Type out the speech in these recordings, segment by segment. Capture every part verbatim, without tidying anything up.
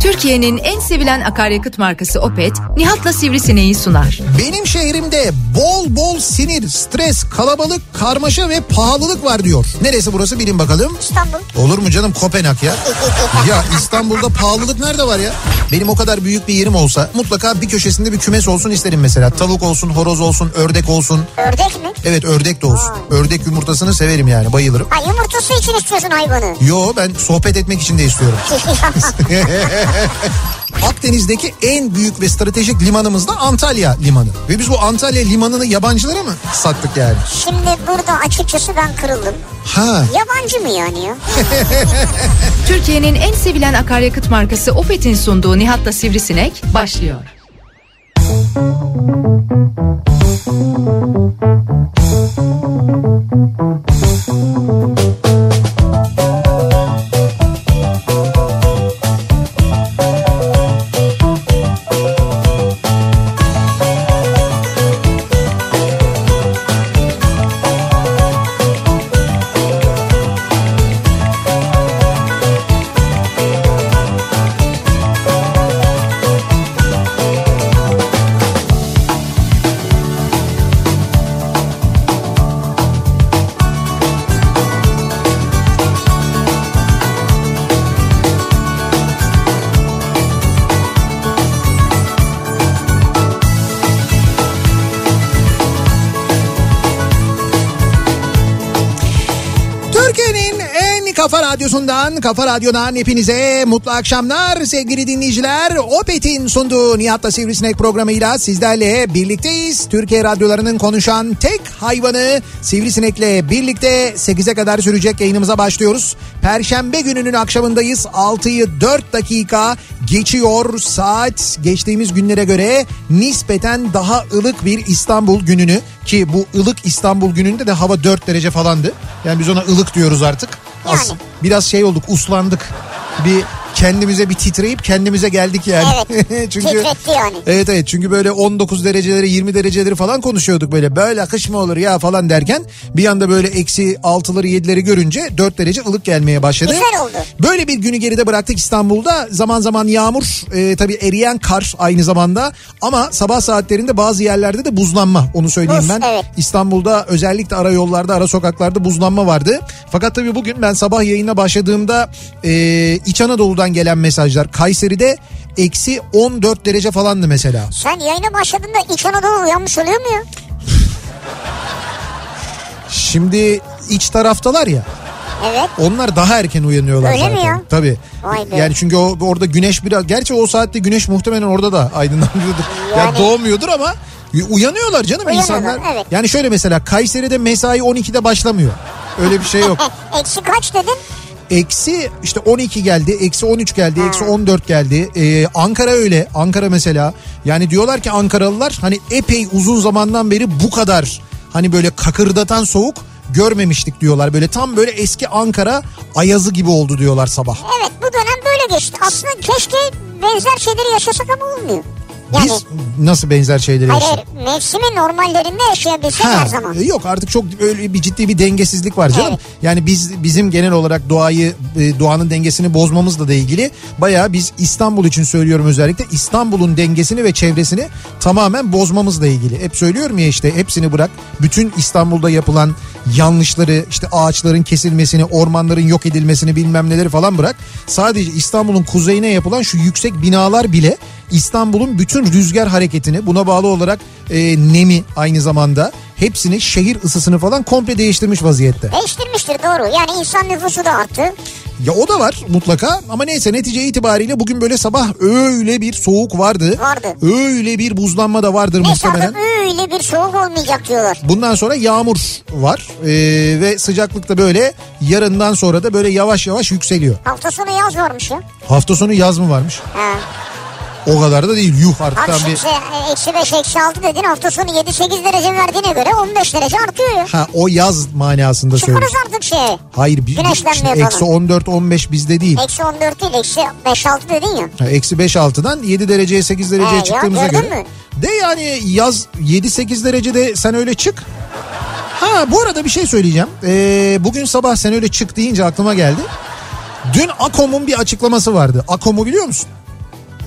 Türkiye'nin en sevilen akaryakıt markası Opet, Nihat'la Sivrisineği sunar. Benim şehrimde bol bol sinir, stres, kalabalık, karmaşa ve pahalılık var diyor. Neresi burası bilin bakalım. İstanbul. Olur mu canım, Kopenhag ya. Ya İstanbul'da pahalılık nerede var ya? Benim o kadar büyük bir yerim olsa mutlaka bir köşesinde bir kümes olsun isterim mesela. Tavuk olsun, horoz olsun, ördek olsun. Ördek mi? Evet, ördek de olsun. Aa. Ördek yumurtasını severim yani, bayılırım. Ha, yumurtası için istiyorsun hayvanı. Yo, ben sohbet etmek için de istiyorum. Akdeniz'deki en büyük ve stratejik limanımız da Antalya Limanı. Ve biz bu Antalya Limanı'nı yabancılara mı sattık yani? Şimdi burada açıkçası ben kırıldım. Ha. Yabancı mı yani ya? Türkiye'nin en sevilen akaryakıt markası Opet'in sunduğu Nihat'la Sivrisinek başlıyor. Kafa Radyosu'ndan, Kafa Radyo'dan hepinize mutlu akşamlar sevgili dinleyiciler. Opet'in sunduğu Nihat'la Sivrisinek programıyla sizlerle birlikteyiz. Türkiye radyolarının konuşan tek hayvanı Sivrisinek'le birlikte sekize kadar sürecek yayınımıza başlıyoruz. Perşembe gününün akşamındayız. altıyı dört dakika geçiyor saat. Geçtiğimiz günlere göre nispeten daha ılık bir İstanbul gününü, ki bu ılık İstanbul gününde de hava dört derece falandı. Yani biz ona ılık diyoruz artık. Yani. As, biraz şey olduk, uslandık. Bir kendimize bir titreyip kendimize geldik yani. Evet. Çünkü, titretti yani. Evet evet, çünkü böyle on dokuz dereceleri yirmi dereceleri falan konuşuyorduk böyle. Böyle kış mı olur ya falan derken bir anda böyle eksi altıları yedileri görünce dört derece ılık gelmeye başladı. Güzel oldu. Böyle bir günü geride bıraktık İstanbul'da. Zaman zaman yağmur, e, tabii eriyen kar aynı zamanda. Ama sabah saatlerinde bazı yerlerde de buzlanma, onu söyleyeyim Buz, ben. Evet. İstanbul'da özellikle ara yollarda, ara sokaklarda buzlanma vardı. Fakat tabii bugün ben sabah yayına başladığımda e, İç Anadolu'dan gelen mesajlar, Kayseri'de eksi on dört derece falandı mesela. Sen yayına başladığında İç Anadolu uyanmış oluyor mu ya? Şimdi iç taraftalar ya. Evet. Onlar daha erken uyanıyorlar öyle zaten. Öyle mi ya? Tabii. Vay be. Yani çünkü o, orada güneş biraz... Gerçi o saatte güneş muhtemelen orada da aydınlanıyordur. Yani, yani doğmuyordur ama uyanıyorlar canım insanlar. Evet. Yani şöyle mesela Kayseri'de mesai on ikide başlamıyor. Öyle bir şey yok. Eksi kaç dedin? Eksi işte on iki geldi, eksi on üç geldi, eksi on dört geldi. Ee, Ankara öyle. Ankara mesela. Yani diyorlar ki Ankaralılar hani epey uzun zamandan beri bu kadar hani böyle kakırdatan soğuk görmemiştik diyorlar. Böyle tam böyle eski Ankara ayazı gibi oldu diyorlar sabah. Evet, bu dönem böyle geçti. Aslında keşke benzer şeyleri yaşasak ama olmuyor. Yani, biz nasıl benzer şeyleri hayır, yaşadık? Hayır, mevsimin normallerinde yaşayabilsek her zaman. Yok, artık çok öyle bir ciddi bir dengesizlik var canım. Evet. Yani biz bizim genel olarak doğayı, doğanın dengesini bozmamızla da ilgili bayağı, biz İstanbul için söylüyorum özellikle, İstanbul'un dengesini ve çevresini tamamen bozmamızla ilgili. Hep söylüyorum ya, işte hepsini bırak. Bütün İstanbul'da yapılan yanlışları, işte ağaçların kesilmesini, ormanların yok edilmesini, bilmem neleri falan bırak. Sadece İstanbul'un kuzeyine yapılan şu yüksek binalar bile İstanbul'un bütün rüzgar hareketini, buna bağlı olarak e, nemi, aynı zamanda hepsini, şehir ısısını falan komple değiştirmiş vaziyette. Değiştirmiştir, doğru. Yani insan nüfusu da arttı. Ya o da var mutlaka ama neyse, netice itibariyle bugün böyle sabah öyle bir soğuk vardı. Vardı. Öyle bir buzlanma da vardır neyse muhtemelen. Neyse öyle bir soğuk olmayacak diyorlar. Bundan sonra yağmur var ee, ve sıcaklık da böyle yarından sonra da böyle yavaş yavaş yükseliyor. Hafta sonu yaz varmış ya. Hafta sonu yaz mı varmış? He. O kadar da değil, yuh artık. Abi şimdi bir... eksi beş eksi altı dedin, hafta sonu yedi sekiz derece verdiğine göre on beş derece artıyor ya. Ha, o yaz manasında söylüyorum. Çıkarız artık şeye. Hayır, bir, eksi on dört on beş bizde değil. Eksi on dört değil, eksi beş altı dedin ya. Ha, eksi beş altıdan yedi dereceye sekiz dereceye He, çıktığımıza ya, göre. Mü? De yani yaz yedi sekiz derecede sen öyle çık. Ha, bu arada bir şey söyleyeceğim. Ee, bugün sabah sen öyle çık deyince aklıma geldi. Dün AKOM'un bir açıklaması vardı. AKOM'u biliyor musun?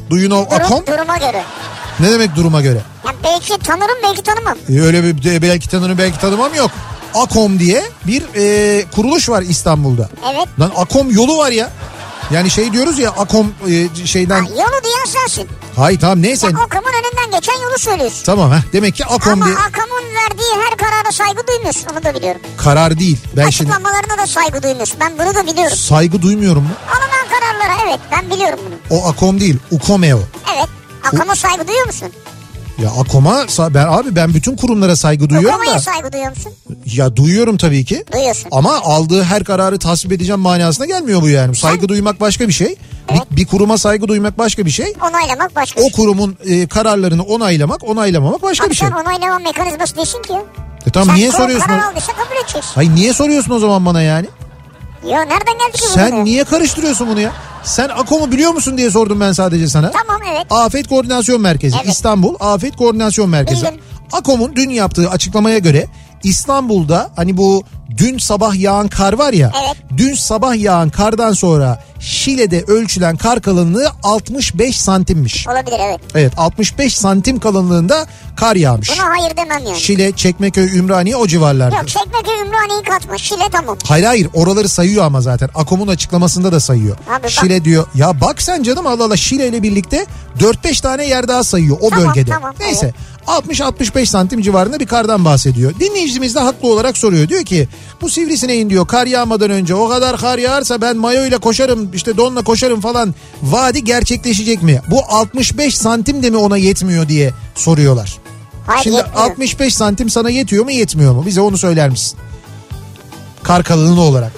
Do you know Durum, Akom? duruma göre. Ne demek duruma göre? Ya belki tanırım belki tanımam. E öyle bir de belki tanırım belki tanımam yok. Akom diye bir e, kuruluş var İstanbul'da. Evet. Lan Akom yolu var ya. Yani şey diyoruz ya Akom e, şeyden. Ha, yolu diyen sensin. Hayır tamam neyse. Ya Akom'un önünden geçen yolu söylüyorsun. Tamam ha demek ki Akom Ama diye. Akom'un verdiği her karara saygı duymuyorsun, onu da biliyorum. Karar değil. Ben şimdi Açıklamalarına da saygı duymuyorsun. Ben bunu da biliyorum. saygı duymuyorum mu? Alınan kararlara evet, ben biliyorum bunu. O Akom değil, Ukome o. Evet. Akom'a saygı duyuyor musun? Ya Akom'a sa- ben abi ben bütün kurumlara saygı duyuyorum Ukoma'ya da. saygı duyuyor musun? Ya duyuyorum tabii ki. Duyuyorsun. Ama aldığı her kararı tasvip edeceğim manasına gelmiyor bu yani. Saygı Sen... duymak başka bir şey. Evet. Bir, bir kuruma saygı duymak başka bir şey. Onaylamak başka O bir şey. kurumun e, kararlarını onaylamak, onaylamamak başka Abi bir şey. sen onaylama mekanizması değilsin ki ya. E tamam sen niye kurum soruyorsun? karar o- aldıysa kabul edeceksin. Hayır niye soruyorsun o zaman bana yani? Ya nereden geldi ki bu Sen buraya? niye karıştırıyorsun bunu ya? Sen Akom'u biliyor musun diye sordum ben sadece sana. Tamam evet. Afet Koordinasyon Merkezi, Evet. İstanbul Afet Koordinasyon Merkezi. Bildim. Akom'un dün yaptığı açıklamaya göre İstanbul'da hani bu dün sabah yağan kar var ya. Evet. Dün sabah yağan kardan sonra Şile'de ölçülen kar kalınlığı altmış beş santimmiş. Olabilir evet. Evet altmış beş santim kalınlığında kar yağmış. Buna hayır demem yani. Şile, Çekmeköy, Ümraniye o civarlarda. Yok Çekmeköy Ümraniye'yi katma. Şile tamam. Hayır hayır oraları sayıyor ama zaten Akom'un açıklamasında da sayıyor. Abi bak. Şile diyor ya bak sen canım Allah Allah Şile ile birlikte dört beş tane yer daha sayıyor o Tamam, bölgede. tamam, Neyse evet. altmış altmış beş santim civarında bir kardan bahsediyor. Dinleyicimiz de haklı olarak soruyor. Diyor ki bu sivrisineğin diyor kar yağmadan önce o kadar kar yağarsa ben mayo ile koşarım işte donla koşarım falan vaadi gerçekleşecek mi? Bu altmış beş santim de mi ona yetmiyor diye soruyorlar. Hayır Şimdi yetmiyor. altmış beş santim sana yetiyor mu yetmiyor mu? Bize onu söyler misin? Kar kalınlığı olarak.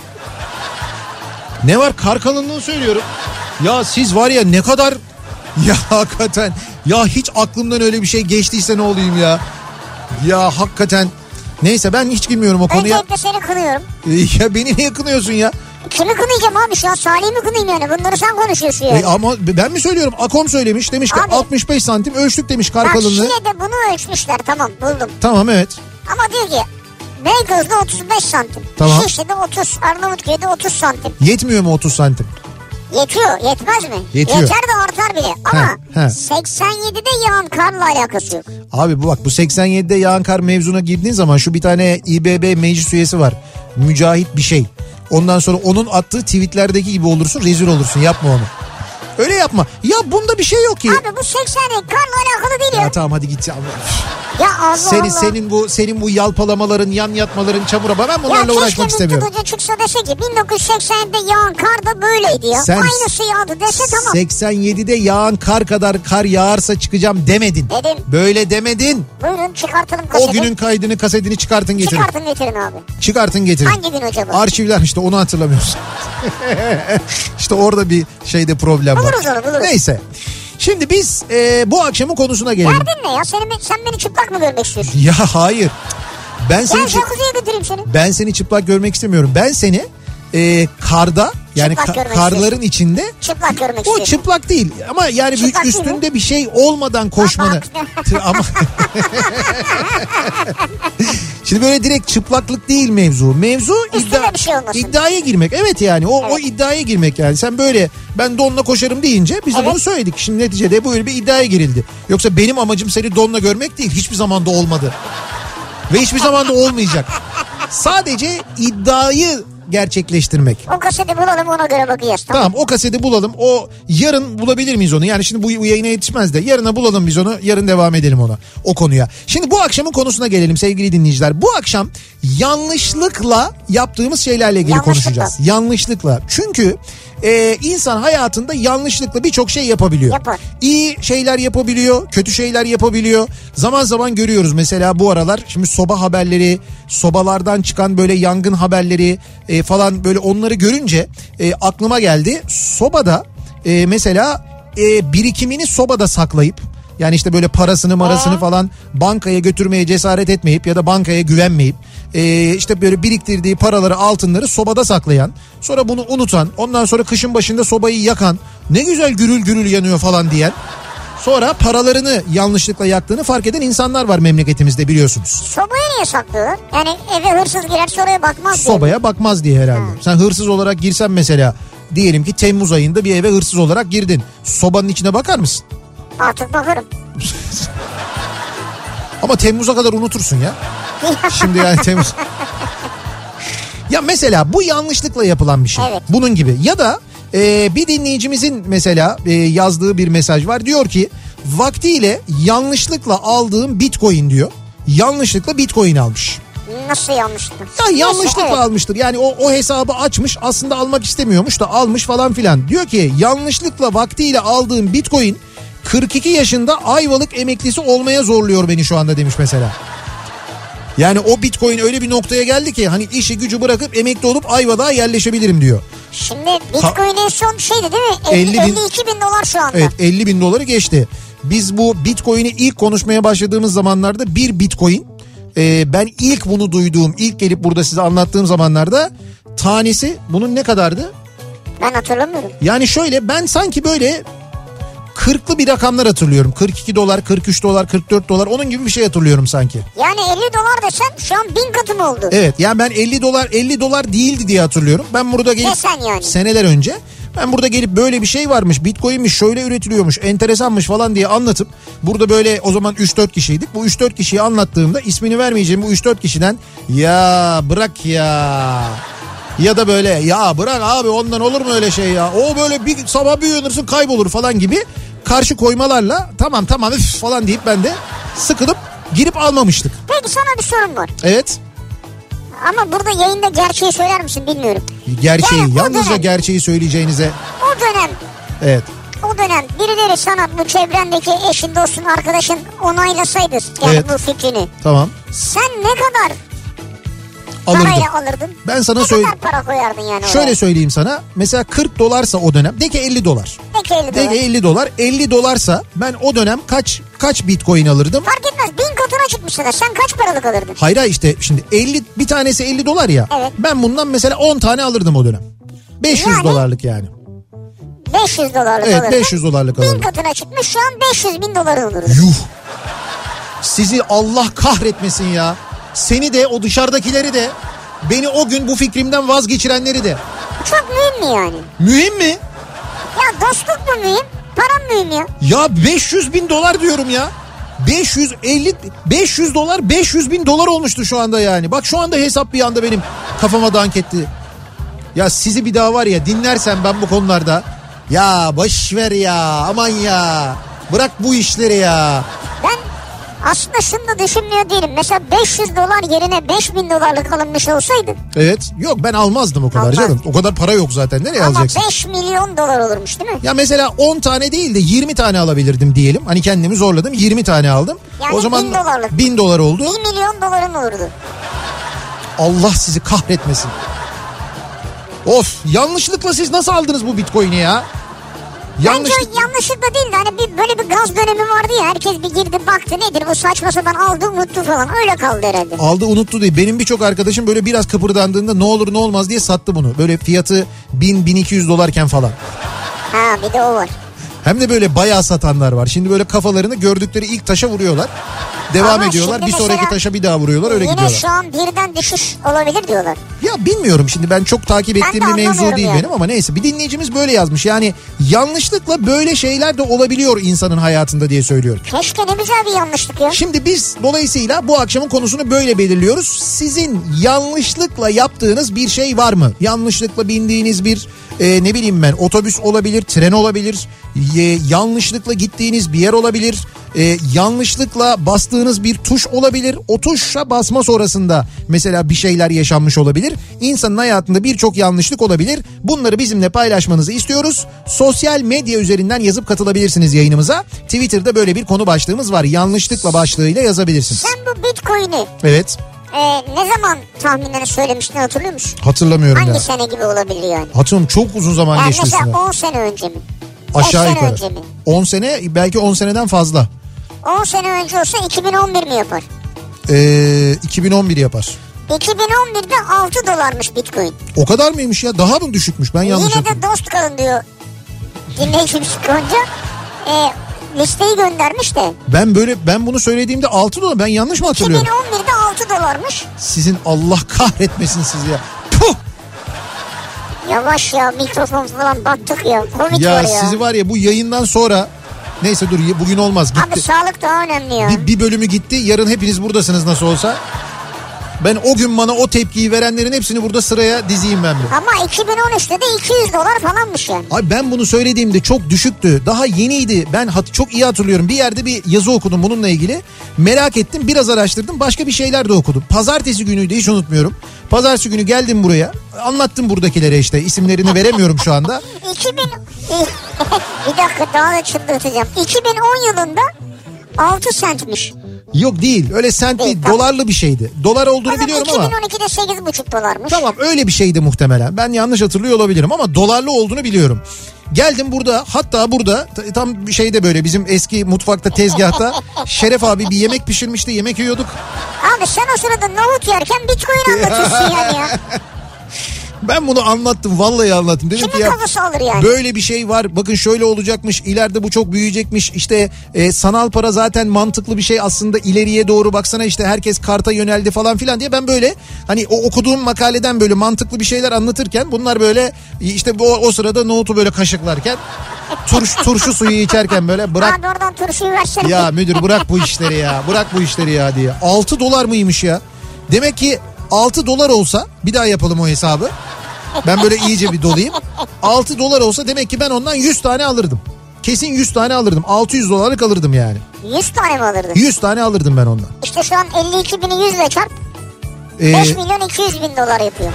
Ne var kar kalınlığı söylüyorum. Ya siz var ya ne kadar ya hakikaten ya hiç aklımdan öyle bir şey geçtiyse ne olayım ya. Ya hakikaten neyse ben hiç bilmiyorum o konuya. Öncelikle seni kınıyorum. Ya beni niye kınıyorsun ya? Kimi kınayacağım abi şu an Salih'i mi kınayayım yani bunları sen konuşuyorsun yani. E ama ben mi söylüyorum? Akom söylemiş demiş ki Abi. altmış beş santim ölçtük demiş kar Bak kalınlığı. Şile'de bunu ölçmüşler tamam buldum. Tamam evet. Ama diyor ki Beykoz'da otuz beş santim. Tamam. Şişli'de otuz, Arnavutköy'de otuz santim. Yetmiyor mu otuz santim? Yetiyor, yetmez mi? Yetiyor. Yeter de artar bile. Ama He, he. seksen yedide yağan karla alakası yok. Abi bu bak bu seksen yedide yağan kar mevzuna girdiğin zaman şu bir tane İBB meclis üyesi var. Mücahit bir şey. Ondan sonra onun attığı tweetlerdeki gibi olursun rezil olursun yapma onu. Öyle yapma. Ya bunda bir şey yok ki. Abi bu seksen yedi karla alakalı değil ya. Ya tamam hadi git. Ya Ya Allah senin Allah. senin bu senin bu yalpalamaların, yan yatmaların, çamura ben bunlarla ya uğraşmak istemiyorum. Ya keşke Hoca çıksa dese ki bin dokuz yüz seksen yedide yağan kar da böyleydi ya. Sen Aynısı yağdı dese tamam. seksen yedide yağan kar kadar kar yağarsa çıkacağım demedin. Dedim. Böyle demedin. Buyurun çıkartalım kaseti. O günün kaydını kasetini çıkartın getirin. Çıkartın getirin abi. Çıkartın getirin. Hangi gün acaba? Arşivler işte onu hatırlamıyorsun. İşte orada bir şeyde problem var. Buluruz onu, buluruz. Neyse. Şimdi biz e, bu akşamın konusuna gelelim. Derdin ne ya? Seni, sen beni çıplak mı görmek istiyorsun? Ya hayır. Ben seni Gel çı- jacuzziye götüreyim seni. ben seni çıplak görmek istemiyorum. Ben seni e, karda yani Çıplak ka- görmek karların istiyorsun. içinde Çıplak görmek o istiyorsun. çıplak değil ama yani bir Çıplak değil üstünde bir şey olmadan koşmanı. Bak. ama Şimdi böyle direkt çıplaklık değil mevzu. Mevzu Üstünde iddia, bir şey olmasın. iddiaya girmek. Evet yani o Evet. o iddiaya girmek yani. Sen böyle ben donla koşarım deyince biz de Evet. bunu söyledik. Şimdi neticede böyle bir iddiaya girildi. Yoksa benim amacım seni donla görmek değil. Hiçbir zaman da olmadı. Ve hiçbir zaman da olmayacak. Sadece iddiayı gerçekleştirmek. O kaseti bulalım ona göre bakacağız. Tamam. Tamam o kaseti bulalım. O yarın bulabilir miyiz onu? Yani şimdi bu, bu yayına yetişmez de yarına bulalım biz onu. Yarın devam edelim ona. O konuya. Şimdi bu akşamın konusuna gelelim sevgili dinleyiciler. Bu akşam yanlışlıkla yaptığımız şeylerle ilgili Yanlışlıkla. konuşacağız. Yanlışlıkla. Çünkü e, insan hayatında yanlışlıkla birçok şey yapabiliyor. Yapar. İyi şeyler yapabiliyor, kötü şeyler yapabiliyor. Zaman zaman görüyoruz mesela bu aralar şimdi soba haberleri, sobalardan çıkan böyle yangın haberleri e, falan böyle onları görünce e, aklıma geldi. Sobada e, mesela e, birikimini sobada saklayıp yani işte böyle parasını marasını falan bankaya götürmeye cesaret etmeyip ya da bankaya güvenmeyip e, işte böyle biriktirdiği paraları altınları sobada saklayan sonra bunu unutan ondan sonra kışın başında sobayı yakan ne güzel gürül gürül yanıyor falan diyen sonra paralarını yanlışlıkla yaktığını fark eden insanlar var memleketimizde biliyorsunuz. Sobaya niye saklıyorlar? Yani eve hırsız girer oraya bakmaz diye. Sobaya bakmaz diye herhalde. Ha. Sen hırsız olarak girsen mesela diyelim ki Temmuz ayında bir eve hırsız olarak girdin. Sobanın içine bakar mısın? Artık bakarım. Ama Temmuz'a kadar unutursun ya. Şimdi yani Temmuz... Ya mesela bu yanlışlıkla yapılan bir şey. Evet. Bunun gibi. Ya da e, bir dinleyicimizin mesela e, yazdığı bir mesaj var. Diyor ki vaktiyle yanlışlıkla aldığım Bitcoin diyor. Yanlışlıkla Bitcoin almış. Nasıl yanlışlıkla? Ya yanlışlıkla evet. almıştır. Yani o, o hesabı açmış, aslında almak istemiyormuş da almış falan filan. Diyor ki yanlışlıkla vaktiyle aldığım Bitcoin kırk iki yaşında Ayvalık emeklisi olmaya zorluyor beni şu anda demiş mesela. Yani o Bitcoin öyle bir noktaya geldi ki hani işi gücü bırakıp emekli olup Ayvalık'a yerleşebilirim diyor. Şimdi Bitcoin'in son şeydi değil mi? elli bin, elli iki bin dolar şu anda. Evet, elli bin doları geçti. Biz bu Bitcoin'i ilk konuşmaya başladığımız zamanlarda bir Bitcoin, e, ben ilk bunu duyduğum, ilk gelip burada size anlattığım zamanlarda tanesi bunun ne kadardı? Ben hatırlamıyorum. Yani şöyle, ben sanki böyle kırklı bir rakamlar hatırlıyorum. kırk iki dolar, kırk üç dolar, kırk dört dolar, onun gibi bir şey hatırlıyorum sanki. Yani elli dolar desen şu an bin katı mı oldu? Evet, yani ben elli dolar elli dolar değildi diye hatırlıyorum. Ben burada gelip yani. seneler önce ben burada gelip böyle bir şey varmış, Bitcoin'miş, şöyle üretiliyormuş, enteresanmış falan diye anlatıp burada böyle o zaman üç dört kişiydik. Bu üç dört kişiyi anlattığımda ismini vermeyeceğim bu üç dört kişiden ya bırak ya... Ya da böyle ya bırak abi ondan olur mu öyle şey ya, o böyle bir sabah bir uyanırsın kaybolur falan gibi karşı koymalarla tamam tamam üf falan deyip ben de sıkılıp girip almamıştık. Peki sana bir sorum var. Evet. Ama burada yayında gerçeği söyler misin bilmiyorum. Gerçeği, yani yalnızca dönem, gerçeği söyleyeceğinize. O dönem. Evet. O dönem birileri sana bu çevrendeki eşin, dostun, arkadaşın onaylasaydı yani evet. bu fikrini. Tamam. Sen ne kadar alırdım. Parayla alırdın? Ben sana ne söyle. kadar para koyardın yani? Şöyle oraya? söyleyeyim sana. Mesela kırk dolarsa o dönem. De ki elli dolar. De ki elli dolar. De ki elli dolar. elli dolarsa ben o dönem kaç kaç Bitcoin alırdım? Fark etmez. Bin katına çıkmışsa da sen kaç paralık alırdın? Hayır işte şimdi elli, bir tanesi elli dolar ya. Evet. Ben bundan mesela on tane alırdım o dönem. beş yüz yani, dolarlık yani. beş yüz dolarlık evet, alırdın. beş yüz dolarlık alırdım. Bin katına çıkmış, şu an beş yüz bin doları alırdın. Yuh. Sizi Allah kahretmesin ya. Seni de, o dışarıdakileri de, beni o gün bu fikrimden vazgeçirenleri de. Çok mühim mi yani? Mühim mi? Ya dostluk mu mühim? Param mühim ya. Ya beş yüz bin dolar diyorum ya. beş yüz elli beş yüz dolar beş yüz bin dolar olmuştu şu anda yani. Bak şu anda hesap bir anda benim kafama dank etti. Ya sizi bir daha var ya dinlersem ben bu konularda, ya boş ver ya, aman ya, bırak bu işleri ya. Ben aslında şunu da düşünmüyor değilim. Mesela beş yüz dolar yerine beş bin dolarlık alınmış olsaydı. Evet, yok ben almazdım o kadar Almaz. canım. O kadar para yok zaten, nereye ama alacaksın? Ama beş milyon dolar olurmuş değil mi? Ya mesela on tane değil de yirmi tane alabilirdim diyelim. Hani kendimi zorladım, yirmi tane aldım. Yani o zaman bin dolarlık. bin dolar oldu. bir milyon doların olurdu. Allah sizi kahretmesin. Of, yanlışlıkla siz nasıl aldınız bu Bitcoin'i ya? Yanlış... Bence yanlışlıkla değil de hani bir, böyle bir gaz dönemi vardı ya, herkes bir girdi baktı nedir bu saçma sapan, aldı unuttu falan, öyle kaldı herhalde. Aldı unuttu değil, benim birçok arkadaşım böyle biraz kıpırdandığında ne olur ne olmaz diye sattı bunu. Böyle fiyatı bin bin iki yüz dolarken falan. Ha bir de o var. Hem de böyle bayağı satanlar var. Şimdi böyle kafalarını gördükleri ilk taşa vuruyorlar. Devam ama ediyorlar. Bir sonraki taşa bir daha vuruyorlar, öyle yine gidiyorlar. Yine şu an birden düşüş olabilir diyorlar. Ya bilmiyorum şimdi, ben çok takip ettiğim bir mevzu değil yani. Benim ama neyse, bir dinleyicimiz böyle yazmış. Yani yanlışlıkla böyle şeyler de olabiliyor insanın hayatında diye söylüyorum. Keşke, ne güzel bir yanlışlık ya. Şimdi biz dolayısıyla bu akşamın konusunu böyle belirliyoruz. Sizin yanlışlıkla yaptığınız bir şey var mı? Yanlışlıkla bindiğiniz bir e, ne bileyim ben otobüs olabilir, tren olabilir. E, yanlışlıkla gittiğiniz bir yer olabilir. E, yanlışlıkla bastığınız bir tuş olabilir. O tuşa basma sonrasında mesela bir şeyler yaşanmış olabilir. İnsanın hayatında birçok yanlışlık olabilir. Bunları bizimle paylaşmanızı istiyoruz. Sosyal medya üzerinden yazıp katılabilirsiniz yayınımıza. Twitter'da böyle bir konu başlığımız var. Yanlışlıkla başlığıyla yazabilirsiniz. Sen bu Bitcoin'i evet. E, ne zaman tahminlerini söylemiştin, hatırlıyor musun? Hatırlamıyorum Hangi ya. Hangi sene gibi olabilir yani? Hatırlıyorum, çok uzun zaman yani geçti üstüne. Mesela on sene önce mi? Aşağı yukarı. on sene, belki on seneden fazla. on sene önce olsa iki bin on bir mi yapar? Ee, iki bin on bir yapar. iki bin on birde altı dolarmış Bitcoin. O kadar mıymış ya? Daha mı düşükmüş? Ben yanlış hatırlıyorum. Yine de dost kalın diyor dinleyicimiz Gonca. E, listeyi göndermiş de. Ben böyle ben bunu söylediğimde altı dolar, ben yanlış mı hatırlıyorum? iki bin on birde altı dolarmış. Sizin Allah kahretmesin siz ya. Puh! Yavaş ya, mikrofon falan battık ya. Komik Ya var ya. sizi var ya bu yayından sonra... Neyse dur bugün olmaz. Gitti. Abi sağlık daha önemli ya. Bir, bir bölümü gitti. Yarın hepiniz buradasınız nasıl olsa. Ben o gün bana o tepkiyi verenlerin hepsini burada sıraya dizeyim ben bir. Ama iki bin on üçte de iki yüz dolar falanmış yani. Abi ben bunu söylediğimde çok düşüktü. Daha yeniydi. Ben hat, çok iyi hatırlıyorum. Bir yerde bir yazı okudum bununla ilgili. Merak ettim, biraz araştırdım. Başka bir şeyler de okudum. Pazartesi günüydü, hiç unutmuyorum. Pazartesi günü geldim buraya. Anlattım buradakilere işte. İsimlerini veremiyorum şu anda. iki bin Bir dakika daha da çıldırtacağım. iki bin on yılında altı centmiş. Yok değil, öyle sent değil, Değil, tamam. dolarlı bir şeydi. Dolar olduğunu biliyorum ama. iki bin on ikide sekiz buçuk dolarmış. Tamam, öyle bir şeydi muhtemelen. Ben yanlış hatırlıyor olabilirim ama dolarlı olduğunu biliyorum. Geldim burada, hatta burada tam bir şeyde böyle bizim eski mutfakta, tezgahta Şeref abi bir yemek pişirmişti, yemek yiyorduk. Abi sen o sırada nohut yerken Bitcoin anlatıyorsun yani ya. Ben bunu anlattım, vallahi anlattım. Dedim Kimin ki ya, kafası alır yani? böyle bir şey var, bakın şöyle olacakmış, ileride bu çok büyüyecekmiş. İşte e, sanal para zaten mantıklı bir şey aslında, ileriye doğru baksana işte herkes karta yöneldi falan filan diye ben böyle hani o okuduğum makaleden böyle mantıklı bir şeyler anlatırken bunlar böyle işte bu, o sırada nohutu böyle kaşıklarken turş, turşu suyu içerken böyle bırak. Abi oradan turşuyu versene. Ya müdür bırak bu işleri ya, bırak bu işleri ya diye. altı dolar mıymış ya? Demek ki altı dolar olsa, bir daha yapalım o hesabı. Ben böyle iyice bir dolayayım. altı dolar olsa demek ki ben ondan yüz tane alırdım. Kesin yüz tane alırdım. altı yüz dolarlık alırdım yani. yüz tane mi alırdın? yüz tane alırdım ben ondan. İşte şu an elli iki bini yüz ile çarp. Ee, beş milyon iki yüz bin dolar yapıyor.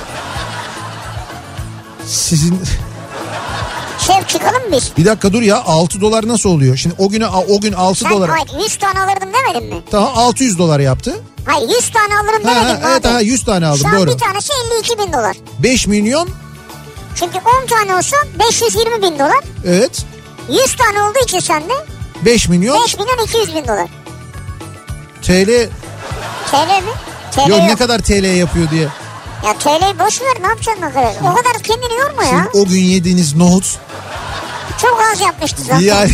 Sizin... Şef çıkalım biz. Bir dakika dur ya, altı dolar nasıl oluyor? Şimdi o güne o gün altı Sen dolar. hayır yüz tane alırdım demedin mi? Tamam, altı yüz dolar yaptı. Hayır yüz tane alırım Ha, demedin mi ha, evet abi? ha, yüz tane aldım, şu an doğru. bir tanesi elli iki bin dolar. beş milyon. Çünkü on tane olsa beş yüz yirmi bin dolar. Evet. yüz tane olduğu için sende beş milyon. beş milyon iki yüz bin dolar. T L. T L mi? T L Yok, yok. ne kadar T L yapıyor diye. Ya T L'yi boş ver, ne yapacaksın o kadar? O kadar kendini yorma ya. Siz o gün yediğiniz nohut. Çok az yapmıştı zaten. Yani...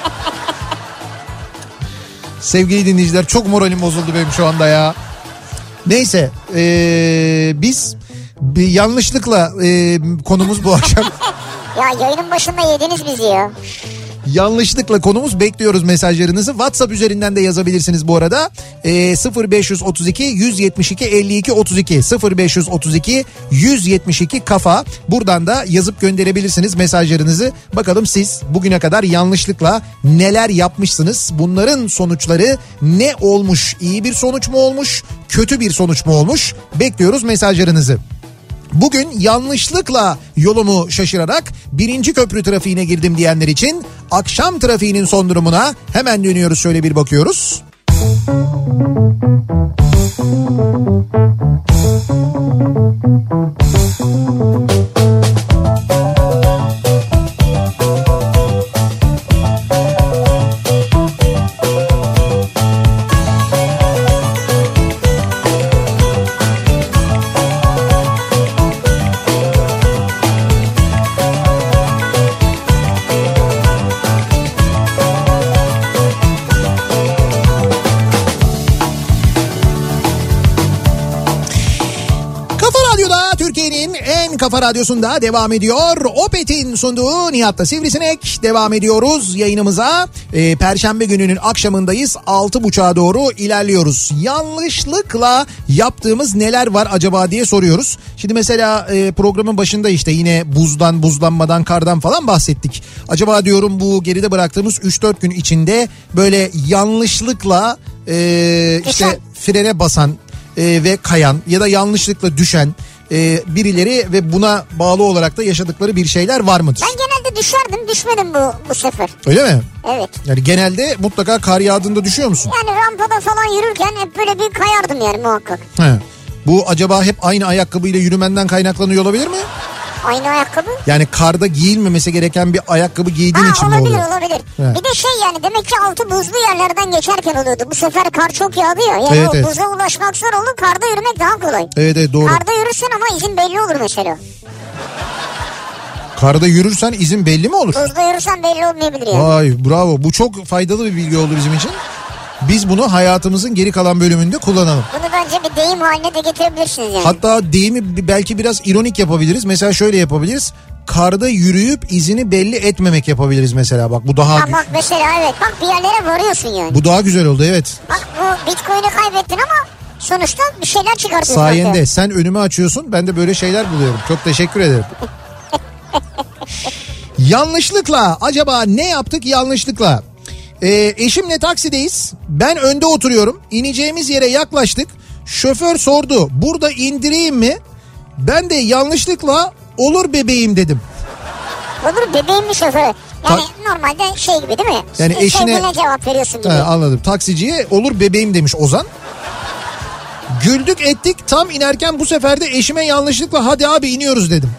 Sevgili dinleyiciler, çok moralim bozuldu benim şu anda ya. Neyse ee, biz bir yanlışlıkla ee, konumuz bu akşam. Ya yayının başında yediniz bizi ya. Yanlışlıkla konumuz, bekliyoruz mesajlarınızı. WhatsApp üzerinden de yazabilirsiniz bu arada. E, sıfır beş otuz iki yüz yetmiş iki elli iki otuz iki sıfır beş otuz iki yüz yetmiş iki kafa. Buradan da yazıp gönderebilirsiniz mesajlarınızı. Bakalım siz bugüne kadar yanlışlıkla neler yapmışsınız? Bunların sonuçları ne olmuş? İyi bir sonuç mu olmuş? Kötü bir sonuç mu olmuş? Bekliyoruz mesajlarınızı. Bugün yanlışlıkla yolumu şaşırarak birinci köprü trafiğine girdim diyenler için akşam trafiğinin son durumuna hemen dönüyoruz, şöyle bir bakıyoruz. Kafa Radyosu'nda devam ediyor. Opet'in sunduğu Nihat'ta Sivrisinek. Devam ediyoruz yayınımıza. Ee, Perşembe gününün akşamındayız. altı buçuğa doğru ilerliyoruz. Yanlışlıkla yaptığımız neler var acaba diye soruyoruz. Şimdi mesela e, programın başında işte yine buzdan, buzlanmadan, kardan falan bahsettik. Acaba diyorum bu geride bıraktığımız üç dört gün içinde böyle yanlışlıkla e, işte frene basan e, ve kayan ya da yanlışlıkla düşen Ee, birileri ve buna bağlı olarak da yaşadıkları bir şeyler var mıdır? Ben genelde düşerdim, düşmedim bu bu sefer. Öyle mi? Evet. Yani genelde mutlaka kar yağdığında düşüyor musun? Yani rampada falan yürürken hep böyle bir kayardım yani muhakkak. He. Bu acaba hep aynı ayakkabıyla yürümenden kaynaklanıyor olabilir mi? Aynı ayakkabı? Yani karda giyilmemesi gereken bir ayakkabı giydiğin ha, için mi olabilir, oluyor? olabilir. He. Bir de şey yani demek ki altı buzlu yerlerden geçerken oluyordu. Bu sefer kar çok yağdı ya. Yani evet, o evet. buza ulaşmak zor oldu. Karda yürümek daha kolay. Evet evet doğru. Karda yürürsen ama izin belli olur mesela. Karda yürürsen izin belli mi olur? Buzda yürürsen belli olmayabilir yani. Vay bravo, bu çok faydalı bir bilgi oldu bizim için. Biz bunu hayatımızın geri kalan bölümünde kullanalım. Bunu bence bir deyim haline de getirebilirsiniz yani. Hatta deyimi belki biraz ironik yapabiliriz. Mesela şöyle yapabiliriz. Karda yürüyüp izini belli etmemek yapabiliriz mesela. Bak bu daha... Ha bak mesela evet bak bir yerlere varıyorsun yani. Bu daha güzel oldu evet. Bak bu Bitcoin'i kaybettin ama sonuçta bir şeyler çıkartıyorsun. Sayende zaten. sen önümü açıyorsun, ben de böyle şeyler buluyorum. Çok teşekkür ederim. Yanlışlıkla acaba ne yaptık yanlışlıkla? Ee, eşimle taksideyiz. Ben önde oturuyorum. İneceğimiz yere yaklaştık. Şoför sordu. Burada indireyim mi? Ben de yanlışlıkla olur bebeğim dedim. Olur bebeğim mi şoförü? Yani Ta- normalde şey gibi değil mi? Yani şey, eşine... Sevgine cevap veriyorsun gibi. He, anladım. Taksiciye olur bebeğim demiş Ozan. Güldük ettik, tam inerken bu sefer de eşime yanlışlıkla hadi abi iniyoruz dedim.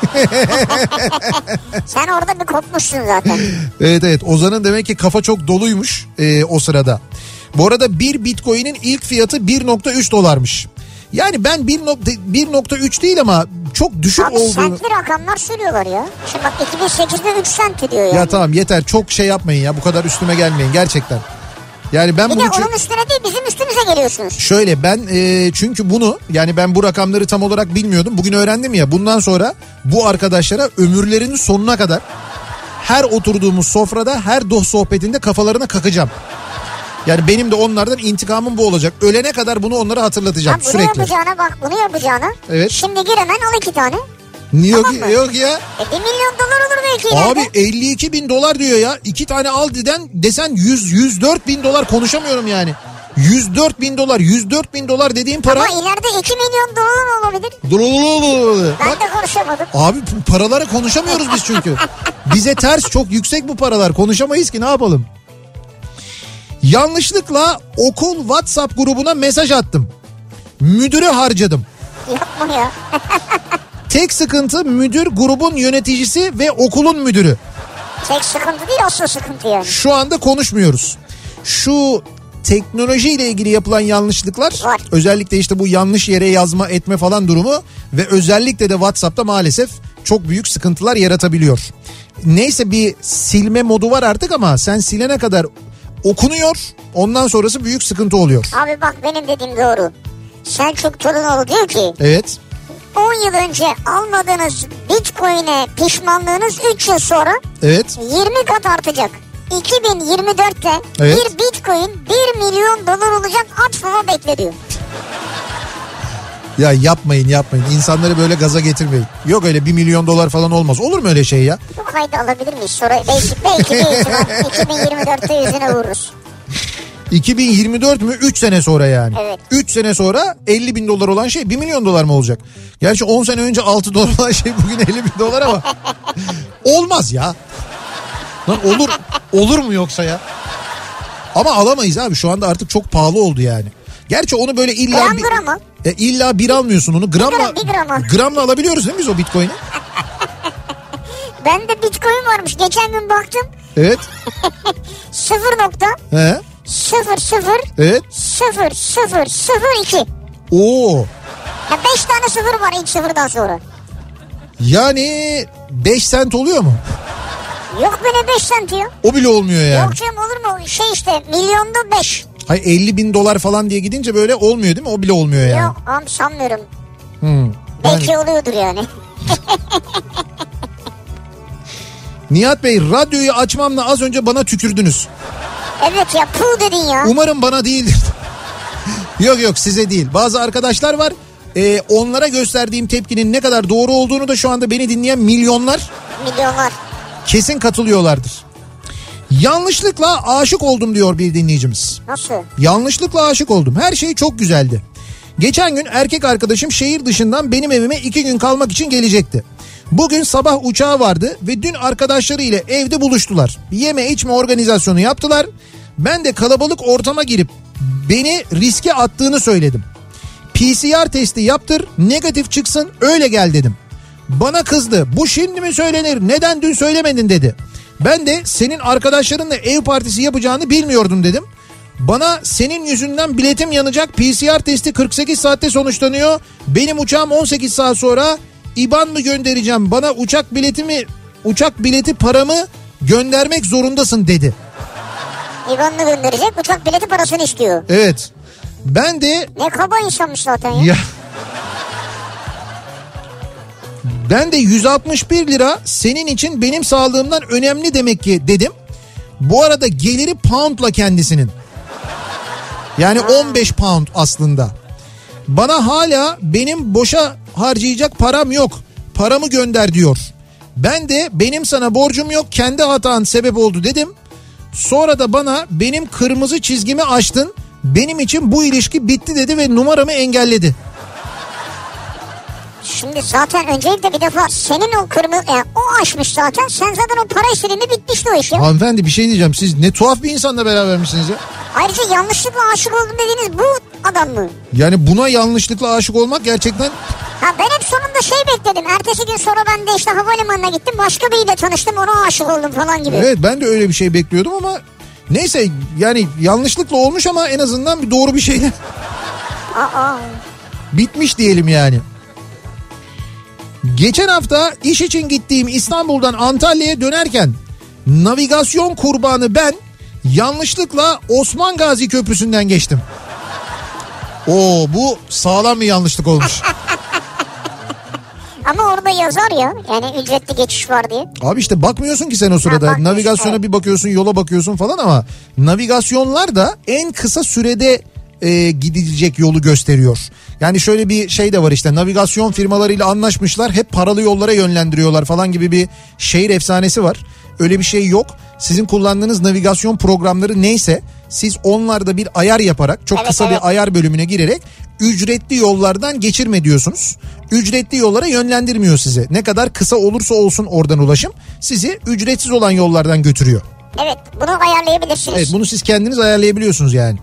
Sen orada bir kopmuşsun zaten. Evet evet, Ozan'ın demek ki kafa çok doluymuş e, o sırada. Bu arada bir Bitcoin'in ilk fiyatı bir nokta üç dolarmış. Yani ben bir nokta üç değil ama çok düşük abi, olduğunu... Abi sentli rakamlar söylüyorlar ya. Şimdi bak iki bin sekizde üç sent diyor yani. Ya tamam yeter, çok şey yapmayın ya, bu kadar üstüme gelmeyin gerçekten. Yani ben bir bunu de onun üstüne değil bizim üstümüze geliyorsunuz. Şöyle ben e, çünkü bunu yani ben bu rakamları tam olarak bilmiyordum. Bugün öğrendim ya, bundan sonra bu arkadaşlara ömürlerinin sonuna kadar her oturduğumuz sofrada, her dost sohbetinde kafalarına kakacağım. Yani benim de onlardan intikamım bu olacak. Ölene kadar bunu onlara hatırlatacağım ha, bunu sürekli. Bunu yapacağına bak bunu yapacağına. Evet. Şimdi gir hemen al iki tane. Yok, tamam yok ya. E bir milyon dolar olur belki Abi ileride. elli iki bin dolar diyor ya. İki tane al deden desen yüz, yüz dört bin dolar, konuşamıyorum yani. yüz dört bin dolar, yüz dört bin dolar dediğim para. Ama ileride iki milyon dolar olabilir. Dur. Ben Bak, de konuşamadım. abi paralara konuşamıyoruz biz çünkü. Bize ters, çok yüksek bu paralar, konuşamayız ki, ne yapalım. Yanlışlıkla okul WhatsApp grubuna mesaj attım. Müdüre harcadım. Yapma ya. Tek sıkıntı müdür grubun yöneticisi ve okulun müdürü. Tek sıkıntı değil, asıl sıkıntı yani. Şu anda konuşmuyoruz. Şu teknolojiyle ilgili yapılan yanlışlıklar var. Özellikle işte bu yanlış yere yazma etme falan durumu ve özellikle de WhatsApp'ta maalesef çok büyük sıkıntılar yaratabiliyor. Neyse bir silme modu var artık ama sen silene kadar okunuyor, ondan sonrası büyük sıkıntı oluyor. Abi bak benim dediğim doğru. Selçuk Torunoğlu diyor ki Evet. on yıl önce almadığınız Bitcoin'e pişmanlığınız üç yıl sonra Evet. yirmi kat artacak. iki bin yirmi dörtte Evet. bir Bitcoin bir milyon dolar olacak, at baba bekle diyor. Ya yapmayın yapmayın, insanları böyle gaza getirmeyin. Yok öyle bir milyon dolar falan olmaz. Olur mu öyle şey ya? Bu kaydı alabilir miyiz? Sonra belki, belki bir ihtimal iki bin yirmi dörtte yüzüne vururuz. iki bin yirmi dört mü? üç sene sonra yani. Evet. üç sene sonra elli bin dolar olan şey bir milyon dolar mı olacak? Gerçi on sene önce altı dolar olan şey bugün elli bin dolar ama olmaz ya. Lan olur olur mu yoksa ya? Ama alamayız abi, şu anda artık çok pahalı oldu yani. Gerçi onu böyle illa Gram bir, gram mı? e, illa bir almıyorsun onu. Gramla, Bir gram, bir gram al. gramla alabiliyoruz değil mi biz o Bitcoin'i? Bende Bitcoin varmış. Geçen gün baktım. Evet. sıfır nokta He. sıfır sıfır Evet. sıfır sıfır sıfır iki. Oo. Ya beş tane sıfır var ilk sıfırdan sonra. Yani beş sent oluyor mu? Yok be, ne beş sent ya? O bile olmuyor yani. Yok canım, olur mu? Şey işte milyonda beş. Hayır, elli bin dolar falan diye gidince böyle olmuyor değil mi? O bile olmuyor yani. Yok am sanmıyorum. Hmm. Belki Yani, oluyordur yani. Nihat Bey, radyoyu açmamla az önce bana tükürdünüz. Evet ya, puh dedin ya. Umarım bana değildir. Yok yok, size değil. Bazı arkadaşlar var. E, onlara gösterdiğim tepkinin ne kadar doğru olduğunu da şu anda beni dinleyen milyonlar Milyonlar. kesin katılıyorlardır. Yanlışlıkla aşık oldum diyor bir dinleyicimiz. Nasıl? Yanlışlıkla aşık oldum. Her şey çok güzeldi. Geçen gün erkek arkadaşım şehir dışından benim evime iki gün kalmak için gelecekti. Bugün sabah uçağı vardı ve dün arkadaşları ile evde buluştular. Yeme içme organizasyonu yaptılar. Ben de kalabalık ortama girip beni riske attığını söyledim. P C R testi yaptır, negatif çıksın, öyle gel dedim. Bana kızdı. Bu şimdi mi söylenir? Neden dün söylemedin dedi. Ben de senin arkadaşlarınla ev partisi yapacağını bilmiyordum dedim. Bana senin yüzünden biletim yanacak, P C R testi kırk sekiz saatte sonuçlanıyor. Benim uçağım on sekiz saat sonra, İ B A N mı göndereceğim? Bana uçak biletimi, uçak bileti paramı göndermek zorundasın dedi. İban'ını gönderecek, uçak bileti parasını istiyor. Evet. Ben de... Ne kaba insanmış zaten ya. ya. Ben de yüz altmış bir lira senin için benim sağlığımdan önemli demek ki dedim. Bu arada geliri poundla kendisinin. Yani ha. on beş pound aslında. Bana hala benim boşa harcayacak param yok. Paramı gönder diyor. Ben de benim sana borcum yok, kendi hatan sebep oldu dedim. Sonra da bana benim kırmızı çizgimi aştın, benim için bu ilişki bitti dedi ve numaramı engelledi. Şimdi zaten öncelikle bir defa senin o kırmızı, yani o aşmış zaten, sen zaten o para istediğinde bitmişti o iş ya. Hanımefendi bir şey diyeceğim, siz ne tuhaf bir insanla berabermişsiniz ya. Ayrıca yanlışlıkla aşık oldum dediğiniz bu adam mı? Yani buna yanlışlıkla aşık olmak gerçekten... Ha ben hep sonunda şey bekledim. Ertesi gün sonra ben de işte havalimanına gittim. Başka biriyle tanıştım, ona aşık oldum falan gibi. Evet, ben de öyle bir şey bekliyordum ama neyse yani yanlışlıkla olmuş ama en azından bir doğru bir şeyle Aa. bitmiş diyelim yani. Geçen hafta iş için gittiğim İstanbul'dan Antalya'ya dönerken navigasyon kurbanı ben yanlışlıkla Osman Gazi Köprüsü'nden geçtim. Oo, bu sağlam bir yanlışlık olmuş. Ama orada yazar ya, yani ücretli geçiş var diye. Abi işte bakmıyorsun ki sen o sırada. Ha, navigasyona işte bir bakıyorsun, yola bakıyorsun falan ama navigasyonlar da en kısa sürede e, gidilecek yolu gösteriyor. Yani şöyle bir şey de var işte, navigasyon firmalarıyla anlaşmışlar, hep paralı yollara yönlendiriyorlar falan gibi bir şehir efsanesi var. Öyle bir şey yok. Sizin kullandığınız navigasyon programları neyse siz onlarda bir ayar yaparak, çok evet, kısa evet. bir ayar bölümüne girerek ücretli yollardan geçirme diyorsunuz. Ücretli yollara yönlendirmiyor sizi. Ne kadar kısa olursa olsun oradan ulaşım sizi ücretsiz olan yollardan götürüyor. Evet, bunu ayarlayabilirsiniz. Evet, bunu siz kendiniz ayarlayabiliyorsunuz yani.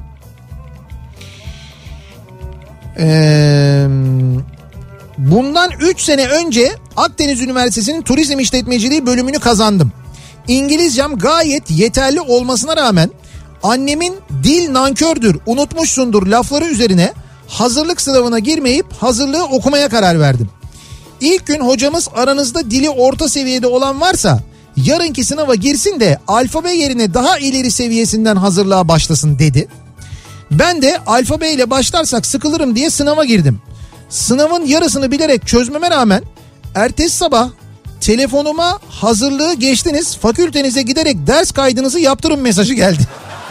Ee, bundan üç sene önce Akdeniz Üniversitesi'nin turizm işletmeciliği bölümünü kazandım. İngilizcem gayet yeterli olmasına rağmen annemin dil nankördür, unutmuşsundur lafları üzerine hazırlık sınavına girmeyip hazırlığı okumaya karar verdim. İlk gün hocamız aranızda dili orta seviyede olan varsa yarınki sınava girsin de alfabe yerine daha ileri seviyesinden hazırlığa başlasın dedi. Ben de alfabe ile başlarsak sıkılırım diye sınava girdim. Sınavın yarısını bilerek çözmeme rağmen ertesi sabah telefonuma hazırlığı geçtiniz, fakültenize giderek ders kaydınızı yaptırın mesajı geldi.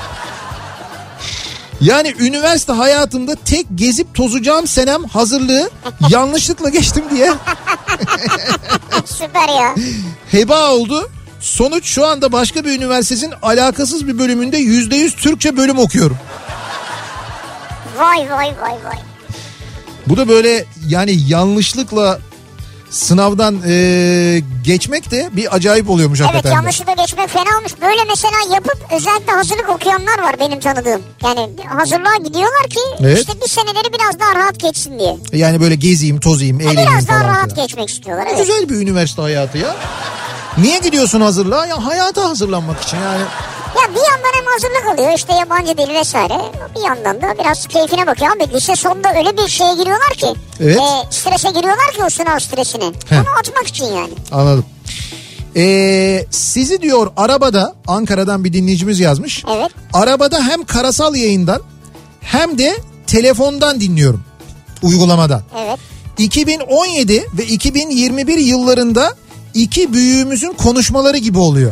Yani üniversite hayatımda tek gezip tozacağım senem hazırlığı yanlışlıkla geçtim diye. Süper ya. Heba oldu. Sonuç şu anda başka bir üniversitenin alakasız bir bölümünde yüzde yüz Türkçe bölüm okuyorum. Vay vay vay vay. Bu da böyle yani yanlışlıkla sınavdan e, geçmek de bir acayip oluyormuş evet, hakikaten. Evet, yanlışlıkla geçmek fena olmuş. Böyle mesela yapıp özellikle hazırlık okuyanlar var benim tanıdığım. Yani hazırlığa gidiyorlar ki evet. işte bir seneleri biraz daha rahat geçsin diye. Yani böyle gezeyim, tozayım, eğleneyim biraz falan. Biraz daha rahat falan. geçmek istiyorlar. Ne evet. güzel bir üniversite hayatı ya. Niye gidiyorsun hazırlığa? Ya hayata hazırlanmak için yani. Ya bir yandan hem hazırlık oluyor işte yabancı dil vesaire. Bir yandan da biraz keyfine bakıyor. Abi lise sonunda öyle bir şeye giriyorlar ki. Evet. E, strese giriyorlar ki o sınav stresini. Heh. Onu atmak için yani. Anladım. Ee, sizi diyor arabada, Ankara'dan bir dinleyicimiz yazmış. Evet. Arabada hem karasal yayından hem de telefondan dinliyorum. Uygulamadan. Evet. iki bin on yedi ve iki bin yirmi bir yıllarında iki büyüğümüzün konuşmaları gibi oluyor.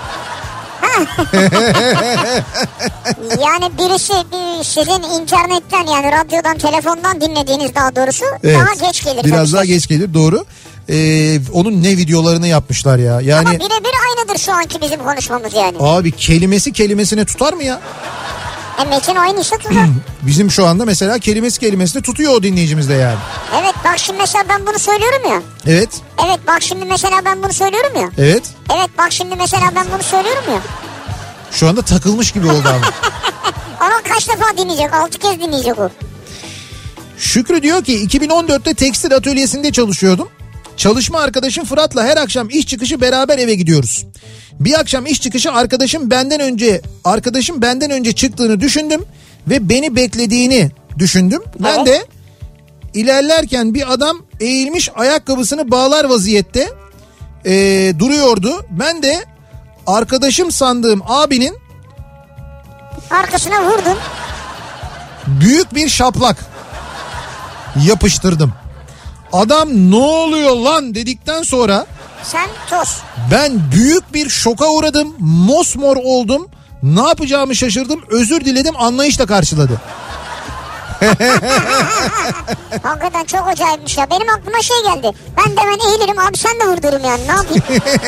Yani birisi bir sizin internetten yani radyodan telefondan dinlediğiniz daha doğrusu evet, daha geç gelir. Biraz daha geç gelir doğru. Ee, onun ne videolarını yapmışlar ya. Yani, ama birebir aynıdır şu anki bizim konuşmamız yani. Abi kelimesi kelimesine tutar mı ya? E metin aynı işte tutar. Bizim şu anda mesela kelimesi kelimesine tutuyor o dinleyicimiz de yani. Evet bak şimdi mesela ben bunu söylüyorum ya. Evet. Evet bak şimdi mesela ben bunu söylüyorum ya. Evet. Evet bak şimdi mesela ben bunu söylüyorum ya. Şu anda takılmış gibi oldu ama. Onu kaç defa dinleyecek? Altı kez dinleyecek o. Şükrü diyor ki iki bin on dörtte tekstil atölyesinde çalışıyordum. Çalışma arkadaşım Fırat'la her akşam iş çıkışı beraber eve gidiyoruz. Bir akşam iş çıkışı arkadaşım benden önce arkadaşım benden önce çıktığını düşündüm ve beni beklediğini düşündüm. Ben evet. de ilerlerken bir adam eğilmiş ayakkabısını bağlar vaziyette ee, duruyordu. Ben de arkadaşım sandığım abinin Arkasına vurdun. Büyük bir şaplak yapıştırdım. Adam ne oluyor lan dedikten sonra sen toz. Ben büyük bir şoka uğradım. Mosmor oldum. Ne yapacağımı şaşırdım. Özür diledim, anlayışla karşıladı. Hakikaten çok acayipmiş ya. Benim aklıma şey geldi. Ben de hemen eğilirim abi, sen de vur derim yani, ne yapayım?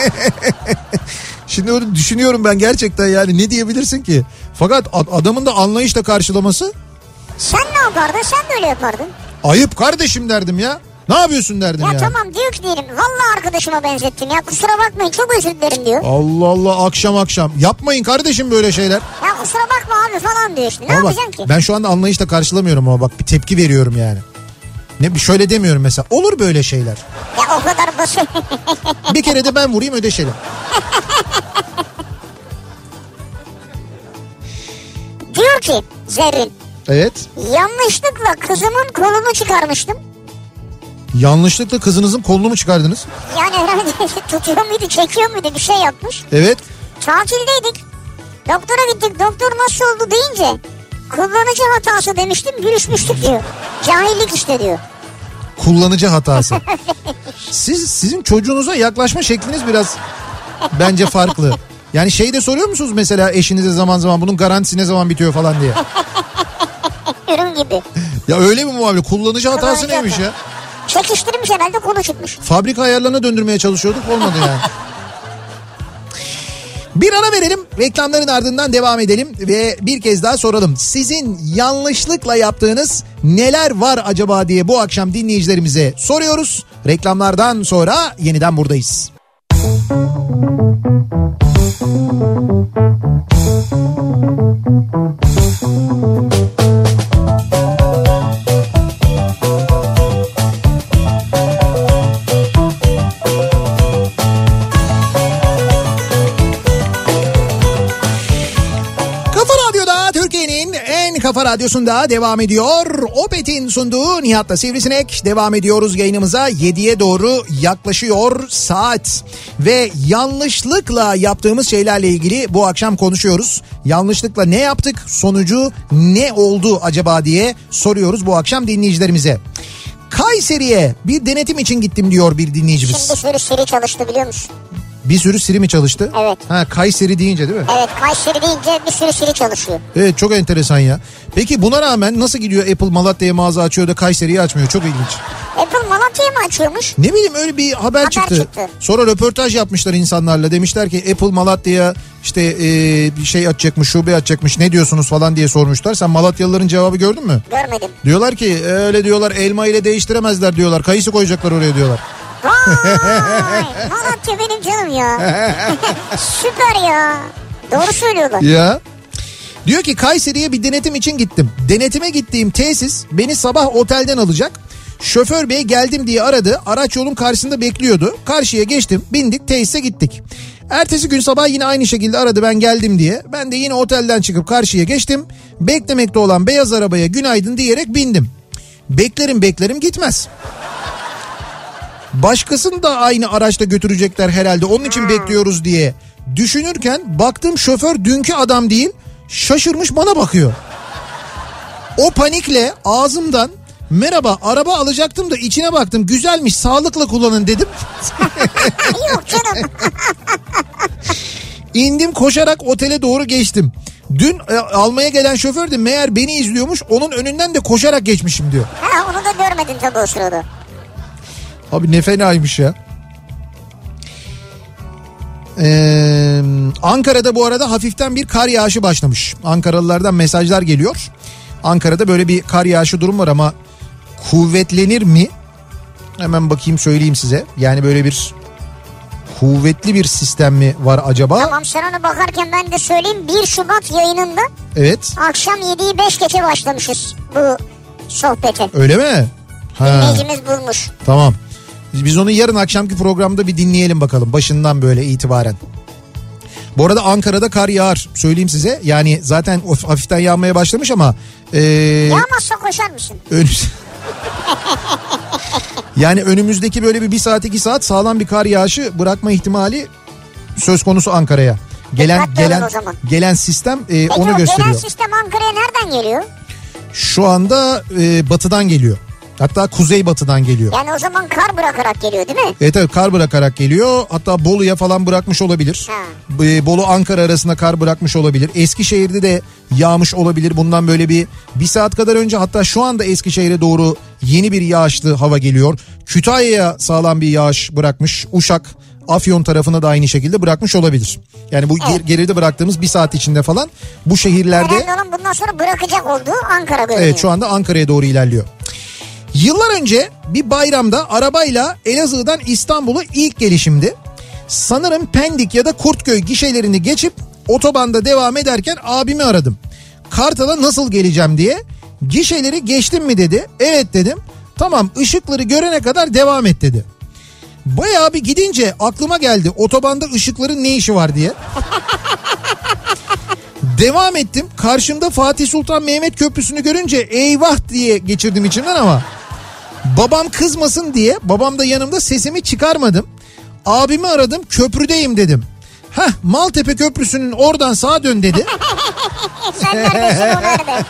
Şimdi onu düşünüyorum ben gerçekten, yani ne diyebilirsin ki? Fakat adamın da anlayışla karşılaması. Sen ne yapardın? Sen de öyle yapardın. Ayıp kardeşim derdim ya. Ne yapıyorsun derdim ya. Ya tamam diyor ki diyelim, vallahi arkadaşıma benzettim ya, kusura bakmayın çok özür dilerim diyor. Allah Allah, akşam akşam. Yapmayın kardeşim böyle şeyler. Ya kusura bakma abi falan diyor işte. Ne ama yapacaksın bak, ki? ben şu anda anlayışla karşılamıyorum ama bak bir tepki veriyorum yani. Ne şöyle demiyorum mesela. Olur böyle şeyler. Ya o kadar basit. Bir kere de ben vurayım, ödeşelim. Diyor ki Zerrin. Evet. Yanlışlıkla kızımın kolunu çıkarmıştım. Yanlışlıkla kızınızın kolunu mu çıkardınız? Yani herhalde tutuyor muydu, çekiyor muydu, bir şey yapmış. Evet. Tatildeydik. Doktora gittik. Doktor nasıl oldu deyince kullanıcı hatası demiştim, gülüşmüştük diyor. Cahillik işte diyor. Kullanıcı hatası. Siz sizin çocuğunuza yaklaşma şekliniz biraz bence farklı. Yani şey de soruyor musunuz mesela eşinize zaman zaman, bunun garantisi ne zaman bitiyor falan diye? Ürün gibi. Ya öyle mi muamele? Kullanıcı hatası kullanıcı neymiş hata. Ya? Çekiştirmiş herhalde, kolu çıkmış. Fabrika ayarlarına döndürmeye çalışıyorduk, olmadı yani. Bir ara verelim, reklamların ardından devam edelim ve bir kez daha soralım. Sizin yanlışlıkla yaptığınız neler var acaba diye bu akşam dinleyicilerimize soruyoruz. Reklamlardan sonra yeniden buradayız. Kafa Radyosu'nda devam ediyor. Opet'in sunduğu Nihat'la Sivrisinek. Devam ediyoruz yayınımıza. yediye doğru yaklaşıyor saat. Ve yanlışlıkla yaptığımız şeylerle ilgili bu akşam konuşuyoruz. Yanlışlıkla ne yaptık? Sonucu ne oldu acaba diye soruyoruz bu akşam dinleyicilerimize. Kayseri'ye bir denetim için gittim diyor bir dinleyicimiz. Şimdi bir sürü Siri çalıştı biliyor musun? Bir sürü Siri mi çalıştı? Evet. Ha, Kayseri deyince değil mi? Evet, Kayseri deyince bir sürü Siri çalışıyor. Evet, çok enteresan ya. Peki buna rağmen nasıl gidiyor Apple Malatya'ya mağaza açıyor da Kayseri'yi açmıyor? Çok ilginç. Apple Malatya'ya mı açıyormuş? Ne bileyim, öyle bir haber, haber çıktı. çıktı. Sonra röportaj yapmışlar insanlarla. Demişler ki Apple Malatya'ya işte ee, bir şey açacakmış, şube açacakmış. Ne diyorsunuz falan diye sormuşlar. Sen Malatyalıların cevabı gördün mü? Görmedim. Diyorlar ki öyle diyorlar, elma ile değiştiremezler diyorlar. Kayısı koyacaklar oraya diyorlar. Vay, Malatya benim canım ya. Süper ya. Doğru söylüyorlar. Ya. Diyor ki Kayseri'ye bir denetim için gittim. Denetime gittiğim tesis beni sabah otelden alacak. Şoför bey geldim diye aradı. Araç yolun karşısında bekliyordu. Karşıya geçtim, bindik, tesise gittik. Ertesi gün sabah yine aynı şekilde aradı ben geldim diye. Ben de yine otelden çıkıp karşıya geçtim. Beklemekte olan beyaz arabaya günaydın diyerek bindim. Beklerim beklerim gitmez. Başkasını da aynı araçta götürecekler herhalde, onun için bekliyoruz diye düşünürken baktım şoför dünkü adam değil, şaşırmış bana bakıyor. O panikle ağzımdan merhaba araba alacaktım da içine baktım güzelmiş sağlıkla kullanın dedim. Yok canım. İndim, koşarak otele doğru geçtim. Dün e, almaya gelen şoför de meğer beni izliyormuş, onun önünden de koşarak geçmişim diyor. Ha, onu da görmedin tabii o sırada. Abi ne fenaymış ya. Ee, Ankara'da bu arada hafiften bir kar yağışı başlamış. Ankaralılardan mesajlar geliyor. Ankara'da böyle bir kar yağışı durum var ama kuvvetlenir mi? Hemen bakayım söyleyeyim size. Yani böyle bir kuvvetli bir sistem mi var acaba? Tamam, sen ona bakarken ben de söyleyeyim. bir Şubat yayınında. Evet. Akşam yediyi beş geçe başlamışız bu sohbete. Öyle mi? Dinleyicimiz bulmuş. Tamam. Biz onu yarın akşamki programda bir dinleyelim bakalım. Başından böyle itibaren. Bu arada Ankara'da kar yağar. Söyleyeyim size. Yani zaten hafiften yağmaya başlamış ama... Ee, Yağmazsa koşar mısın? Ön... yani önümüzdeki böyle bir bir saat iki saat sağlam bir kar yağışı bırakma ihtimali söz konusu Ankara'ya. Gelen gelen gelen sistem e, Peki, onu gösteriyor. Gelen sistem Ankara'ya nereden geliyor? Şu anda e, batıdan geliyor. Hatta kuzeybatıdan geliyor. Yani o zaman kar bırakarak geliyor değil mi? Evet evet, kar bırakarak geliyor. Hatta Bolu'ya falan bırakmış olabilir. Ee, Bolu Ankara arasında kar bırakmış olabilir. Eskişehir'de de yağmış olabilir. Bundan böyle bir bir saat kadar önce, hatta şu anda Eskişehir'e doğru yeni bir yağışlı hava geliyor. Kütahya'ya sağlam bir yağış bırakmış. Uşak, Afyon tarafına da aynı şekilde bırakmış olabilir. Yani bu evet. geride bıraktığımız bir saat içinde falan bu şehirlerde... Önemli olan bundan sonra bırakacak olduğu Ankara görünüyor. Evet, şu anda Ankara'ya doğru ilerliyor. Yıllar önce bir bayramda arabayla Elazığ'dan İstanbul'a ilk gelişimdi. Sanırım Pendik ya da Kurtköy gişelerini geçip otobanda devam ederken abimi aradım. Kartal'a nasıl geleceğim diye. Gişeleri geçtim mi dedi. Evet dedim. Tamam, ışıkları görene kadar devam et dedi. Bayağı bir gidince aklıma geldi otobanda ışıkların ne işi var diye. Devam ettim. Karşımda Fatih Sultan Mehmet Köprüsü'nü görünce eyvah diye geçirdim içimden ama babam kızmasın diye, babam da yanımda, sesimi çıkarmadım. Abimi aradım, köprüdeyim dedim. Heh, Maltepe Köprüsü'nün oradan sağa dön dedi. Sen neredesin, o nerede?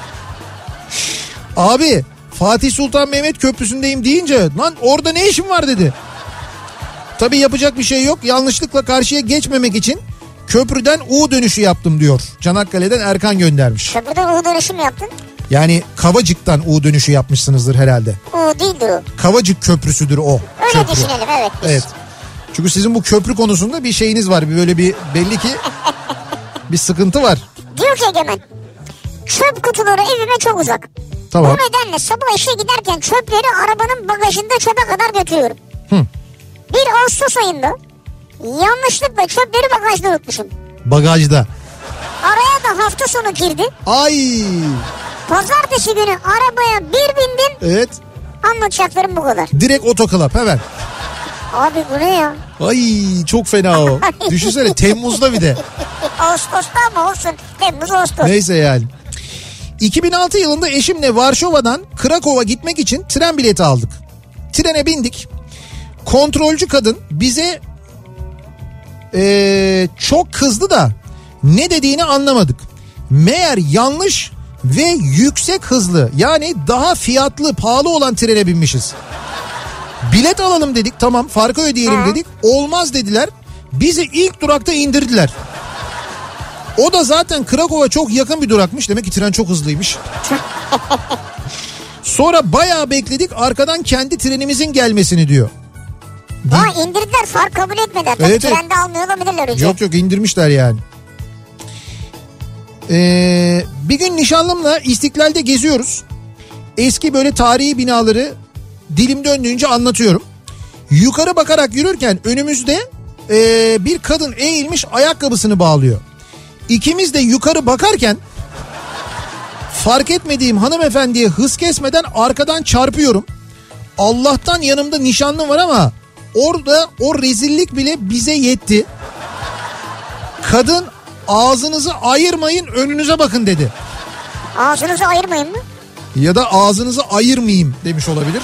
Abi Fatih Sultan Mehmet Köprüsü'ndeyim deyince lan orada ne işin var dedi. Tabii yapacak bir şey yok. Yanlışlıkla karşıya geçmemek için köprüden U dönüşü yaptım diyor. Çanakkale'den Erkan göndermiş. Köprüden U dönüşü mü yaptın? Yani Kavacık'tan U dönüşü yapmışsınızdır herhalde. U değildir o. Kavacık Köprüsüdür o. Öyle köprü. Düşünelim evet. Biz. Evet. Çünkü sizin bu köprü konusunda bir şeyiniz var. Bir böyle bir belli ki bir sıkıntı var. Diyor ki Egemen, çöp kutuları evime çok uzak. Tamam. Bu nedenle sabah işe giderken çöpleri arabanın bagajında çöpe kadar götürüyorum. Hı. Bir Ağustos ayında yanlışlıkla çöpleri bagajda unutmuşum. Bagajda. Araya da hafta sonu girdi. Ay. Pazartesi günü arabaya bir bindim. Evet. Anlatacaklarım bu kadar. Direkt otoklap hemen. Abi bu ne ya? Ay çok fena o. Düşünsene Temmuz'da bir de. Ağustos'ta ama olsun. Temmuz Ağustos. Neyse yani. iki bin altı yılında eşimle Varşova'dan Krakow'a gitmek için tren bileti aldık. Trene bindik. Kontrolcü kadın bize ee, çok kızdı da ne dediğini anlamadık. Meğer yanlış ve yüksek hızlı, yani daha fiyatlı, pahalı olan trene binmişiz. Bilet alalım dedik, tamam farkı ödeyelim ha. dedik. Olmaz dediler. Bizi ilk durakta indirdiler. O da zaten Krakow'a çok yakın bir durakmış. Demek ki tren çok hızlıymış. Sonra bayağı bekledik, arkadan kendi trenimizin gelmesini diyor. Ha indirdiler, fark kabul etmediler. Evet, trende evet. almıyor olabilirler ücret. Yok yok indirmişler yani. Ee, bir gün nişanlımla İstiklal'de geziyoruz. Eski böyle tarihi binaları dilim döndüğünce anlatıyorum. Yukarı bakarak yürürken önümüzde ee, bir kadın eğilmiş ayakkabısını bağlıyor. İkimiz de yukarı bakarken fark etmediğim hanımefendiye hız kesmeden arkadan çarpıyorum. Allah'tan yanımda nişanlım var ama orada o rezillik bile bize yetti. Kadın ağzınızı ayırmayın, önünüze bakın dedi. Ağzınızı ayırmayın mı? Ya da ağzınızı ayırmayayım demiş olabilir.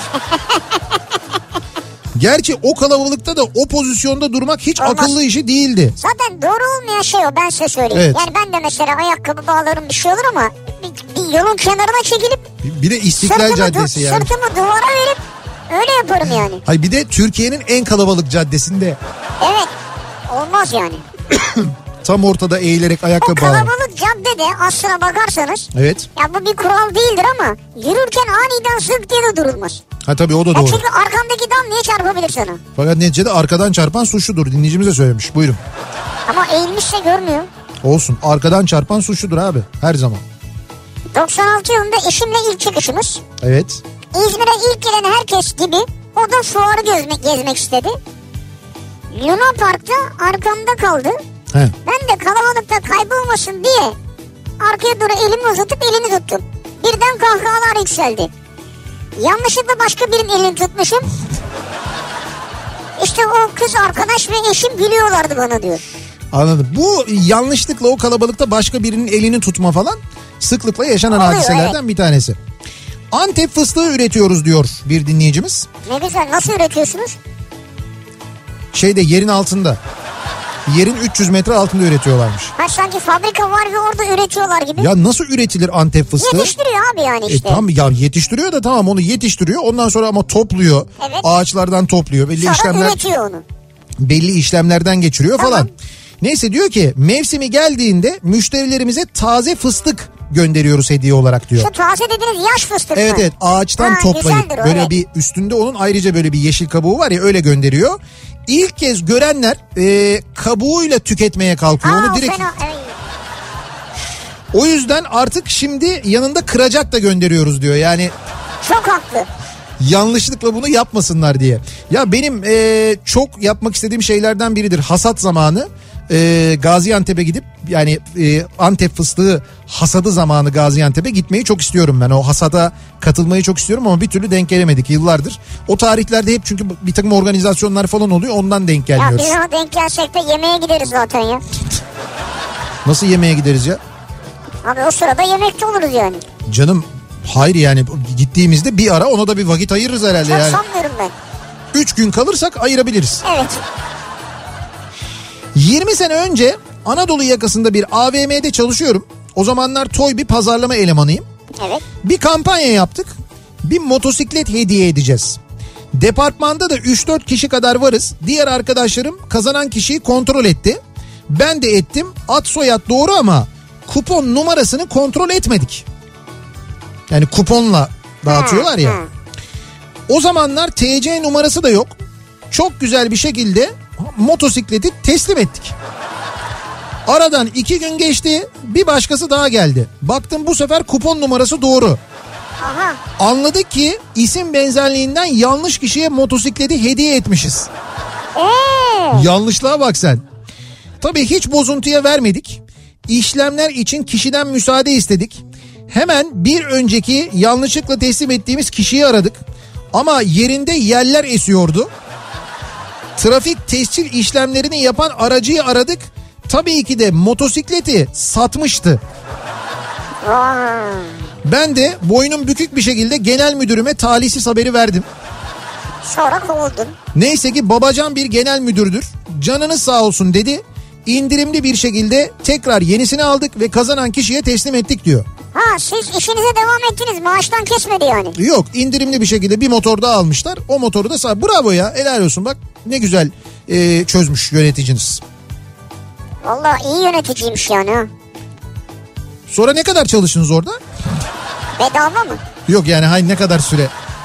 Gerçi o kalabalıkta da o pozisyonda durmak hiç Olmaz. akıllı işi değildi. Zaten doğru olmayan şey o, ben size söyleyeyim. Evet. Yani ben de mesela ayakkabı bağlarım, bir şey olur ama bir, bir yolun kenarına çekilip bir, bir de İstiklal Caddesi yani. Sırtımı duvara verip öyle yaparım yani. Hayır bir de Türkiye'nin en kalabalık caddesinde. Evet, olmaz yani. Tam ortada eğilerek ayakkabı bağlar. O kalabalık caddede aslına bakarsanız. Evet. Ya bu bir kural değildir ama yürürken aniden zık diye de durulmaz. Ha tabii o da doğru. Ya çünkü arkandaki dam niye çarpabilir sana? Fakat neticede arkadan çarpan suçludur. Dinleyicimiz de söylemiş. Buyurun. Ama eğilmişse görmüyor. Olsun. Arkadan çarpan suçludur abi. Her zaman. doksan altı yılında eşimle ilk çıkışımız. Evet. İzmir'e ilk gelen herkes gibi o da fuarı gezmek, gezmek istedi. Luna Park'ta arkamda kaldı. He. Ben de kalabalıkta kaybolmasın diye arkaya doğru elimi uzatıp elini tuttum. Birden kahkahalar yükseldi. Yanlışlıkla başka birinin elini tutmuşum. İşte o kız arkadaş ve eşim gülüyorlardı bana diyor. Anladım. Bu yanlışlıkla o kalabalıkta başka birinin elini tutma falan sıklıkla yaşanan Oluyor, hadiselerden evet. bir tanesi. Antep fıstığı üretiyoruz diyor bir dinleyicimiz. Ne güzel, nasıl üretiyorsunuz? Şeyde, yerin altında. Yerin üç yüz metre altında üretiyorlarmış. Ha sanki fabrika var ve orada üretiyorlar gibi. Ya nasıl üretilir Antep fıstığı? Yetiştiriyor abi yani işte. E, tamam ya yetiştiriyor da tamam onu yetiştiriyor. Ondan sonra ama topluyor. Evet. Ağaçlardan topluyor. Belli Sonra işlemler, üretiyor onu. Belli işlemlerden geçiriyor Tamam. falan. Neyse diyor ki mevsimi geldiğinde müşterilerimize taze fıstık gönderiyoruz hediye olarak diyor. Şu taze dediğiniz yaş fıstık Evet mı? evet ağaçtan Ha, toplayıp güzeldir o, böyle evet. bir üstünde onun ayrıca böyle bir yeşil kabuğu var ya öyle gönderiyor. İlk kez görenler e, kabuğuyla tüketmeye kalkıyor. Aa, Onu o direkt. fena. Ay. O yüzden artık şimdi yanında kıracak da gönderiyoruz diyor. Yani Çok haklı. yanlışlıkla bunu yapmasınlar diye. Ya benim e, çok yapmak istediğim şeylerden biridir. Hasat zamanı e, Gaziantep'e gidip yani e, Antep fıstığı hasadı zamanı Gaziantep'e gitmeyi çok istiyorum ben. O hasada katılmayı çok istiyorum ama bir türlü denk gelemedik yıllardır. O tarihlerde hep çünkü bir takım organizasyonlar falan oluyor ondan denk Ya gelmiyoruz. biz ona denk gelsek de yemeğe gideriz zaten ya. Nasıl yemeğe gideriz ya? Abi o sırada yemekte oluruz yani. Canım hayır yani gittiğimizde bir ara ona da bir vakit ayırırız herhalde Çok yani. sanmıyorum ben. Üç gün kalırsak ayırabiliriz. Evet. yirmi sene önce Anadolu yakasında bir A V M'de çalışıyorum. O zamanlar toy bir pazarlama elemanıyım. Evet. Bir kampanya yaptık. Bir motosiklet hediye edeceğiz. Departmanda da üç dört kişi kadar varız. Diğer arkadaşlarım kazanan kişiyi kontrol etti. Ben de ettim. Ad soyad doğru ama kupon numarasını kontrol etmedik. Yani kuponla dağıtıyorlar ya. Hı, hı. O zamanlar T C numarası da yok. Çok güzel bir şekilde motosikleti teslim ettik. Aradan iki gün geçti, bir başkası daha geldi. Baktım bu sefer kupon numarası doğru. Aha. Anladık ki isim benzerliğinden yanlış kişiye motosikleti hediye etmişiz. Eee. Yanlışlığa bak sen. Tabii hiç bozuntuya vermedik. İşlemler için kişiden müsaade istedik. Hemen bir önceki yanlışlıkla teslim ettiğimiz kişiyi aradık. Ama yerinde yeller esiyordu. Trafik tescil işlemlerini yapan aracıyı aradık. Tabii ki de motosikleti satmıştı. Vay. Ben de boynum bükük bir şekilde genel müdürüme talihsiz haberi verdim. Sonra kovuldun. Neyse ki babacan bir genel müdürdür. Canınız sağ olsun dedi. İndirimli bir şekilde tekrar yenisini aldık ve kazanan kişiye teslim ettik diyor. Ha siz işinize devam ettiniz. Maaştan kesmedi yani. Yok indirimli bir şekilde bir motor daha almışlar. O motoru da sağ. Bravo ya helal olsun bak ne güzel e, çözmüş yöneticiniz. Vallahi iyi yöneticiymiş yani ha. Sonra ne kadar çalıştınız orada? Bedava mı? Yok yani hay ne kadar süre?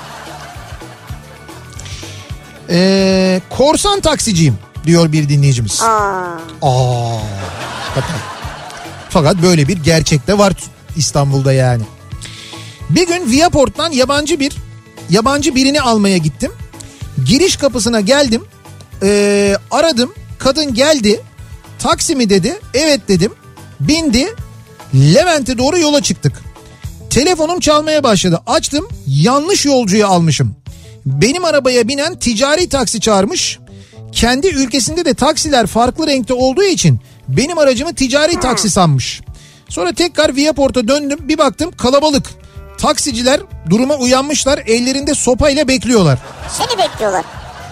Ee, korsan taksiciyim diyor bir dinleyicimiz. Aa. Aa. Fakat, fakat böyle bir gerçek de var İstanbul'da yani. Bir gün Viaport'tan yabancı bir yabancı birini almaya gittim. Giriş kapısına geldim. Ee, aradım. Kadın geldi. Taksi mi dedi. Evet dedim. Bindi. Levent'e doğru yola çıktık. Telefonum çalmaya başladı. Açtım. Yanlış yolcuyu almışım. Benim arabaya binen ticari taksi çağırmış. Kendi ülkesinde de taksiler farklı renkte olduğu için benim aracımı ticari taksi sanmış. Sonra tekrar Viaport'a döndüm. Bir baktım kalabalık. Taksiciler duruma uyanmışlar. Ellerinde sopayla bekliyorlar. Seni bekliyorlar.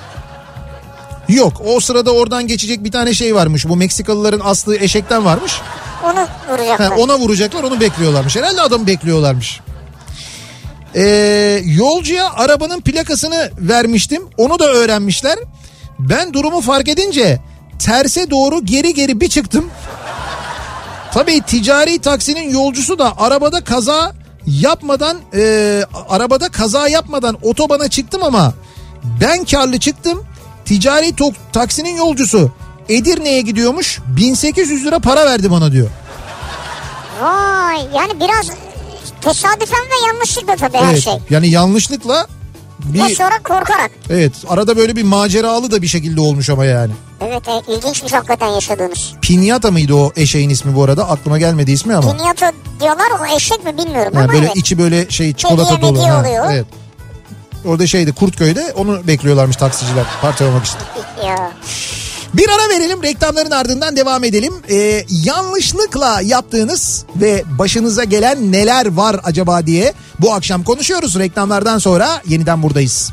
Yok o sırada oradan geçecek bir tane şey varmış. Bu Meksikalıların astığı eşekten varmış. Onu vuracaklar. Ha, ona vuracaklar onu bekliyorlarmış. Herhalde adamı bekliyorlarmış. Ee, yolcuya arabanın plakasını vermiştim. Onu da öğrenmişler. Ben durumu fark edince terse doğru geri geri bir çıktım. Tabii ticari taksinin yolcusu da arabada kaza yapmadan e, arabada kaza yapmadan otobana çıktım ama ben karlı çıktım. Ticari to- taksinin yolcusu Edirne'ye gidiyormuş. bin sekiz yüz lira para verdi bana diyor. Vay yani biraz tesadüfen ve yanlışlıkla tabii her Evet, şey. yani yanlışlıkla bir Ve sonra korkarak. evet arada böyle bir maceralı da bir şekilde olmuş ama yani. Evet e, ilginçmiş hakikaten yaşadığınız. Pinyata mıydı o eşeğin ismi bu arada? Aklıma gelmedi ismi ama. Pinyato diyorlar o eşek mi bilmiyorum Yani ama böyle evet. içi böyle şey çikolata Hediye dolu. hediye Ha, oluyor. evet. Orada şeydi Kurtköy'de onu bekliyorlarmış taksiciler parçalamak için. Ya. Bir ara verelim reklamların ardından devam edelim. Ee, yanlışlıkla yaptığınız ve başınıza gelen neler var acaba diye bu akşam konuşuyoruz. Reklamlardan sonra yeniden buradayız.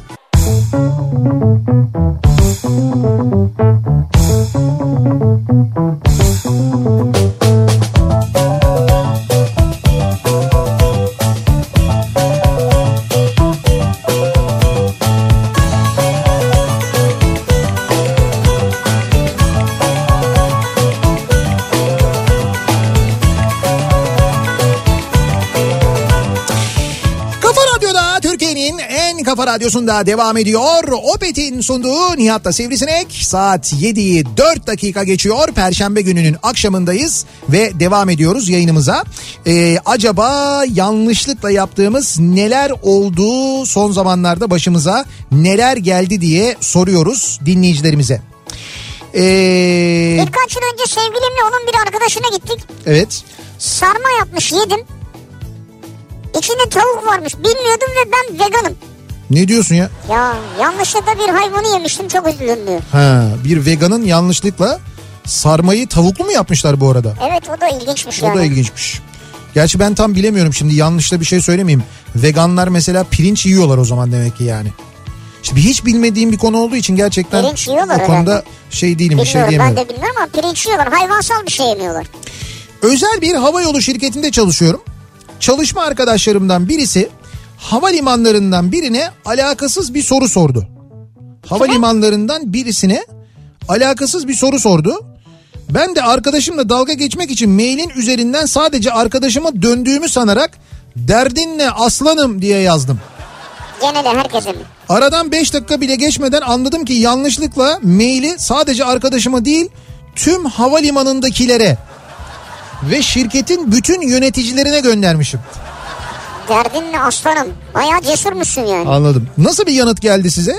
Modern Kafa Radyosu'nda devam ediyor. Opet'in sunduğu Nihat'la Sivrisinek. Saat yediyi dört dakika geçiyor. Perşembe gününün akşamındayız ve devam ediyoruz yayınımıza. Ee, acaba yanlışlıkla yaptığımız neler oldu, son zamanlarda başımıza neler geldi diye soruyoruz dinleyicilerimize. Ee... Birkaç yıl önce sevgilimle onun bir arkadaşına gittik. Evet. Sarma yapmış, yedim. İçinde tavuk varmış, bilmiyordum ve ben veganım. Ne diyorsun ya? Ya yanlışlıkla bir hayvanı yemiştim, çok üzüldüm diyor. Ha, bir veganın yanlışlıkla sarmayı tavuklu mu yapmışlar bu arada? Evet, o da ilginçmiş o yani. O da ilginçmiş. Gerçi ben tam bilemiyorum şimdi, yanlışla bir şey söylemeyeyim. Veganlar mesela pirinç yiyorlar o zaman demek ki yani. Şimdi hiç bilmediğim bir konu olduğu için gerçekten pirinç yiyorlar o konuda herhalde. şey değilim, bilmiyorum, bir şey diyemiyorum. Ben de bilmiyorum ama pirinç yiyorlar, hayvansal bir şey yemiyorlar. Özel bir havayolu şirketinde çalışıyorum. Çalışma arkadaşlarımdan birisi havalimanlarından birine alakasız bir soru sordu. Havalimanlarından birisine alakasız bir soru sordu. Ben de arkadaşımla dalga geçmek için mailin üzerinden sadece arkadaşıma döndüğümü sanarak "Derdin ne aslanım?" diye yazdım. Genelde herkese mi? Aradan beş dakika bile geçmeden anladım ki yanlışlıkla maili sadece arkadaşıma değil, tüm havalimanındakilere ve şirketin bütün yöneticilerine göndermişim. Derdin ne aslanım? Bayağı cesurmuşsun yani. Anladım. Nasıl bir yanıt geldi size?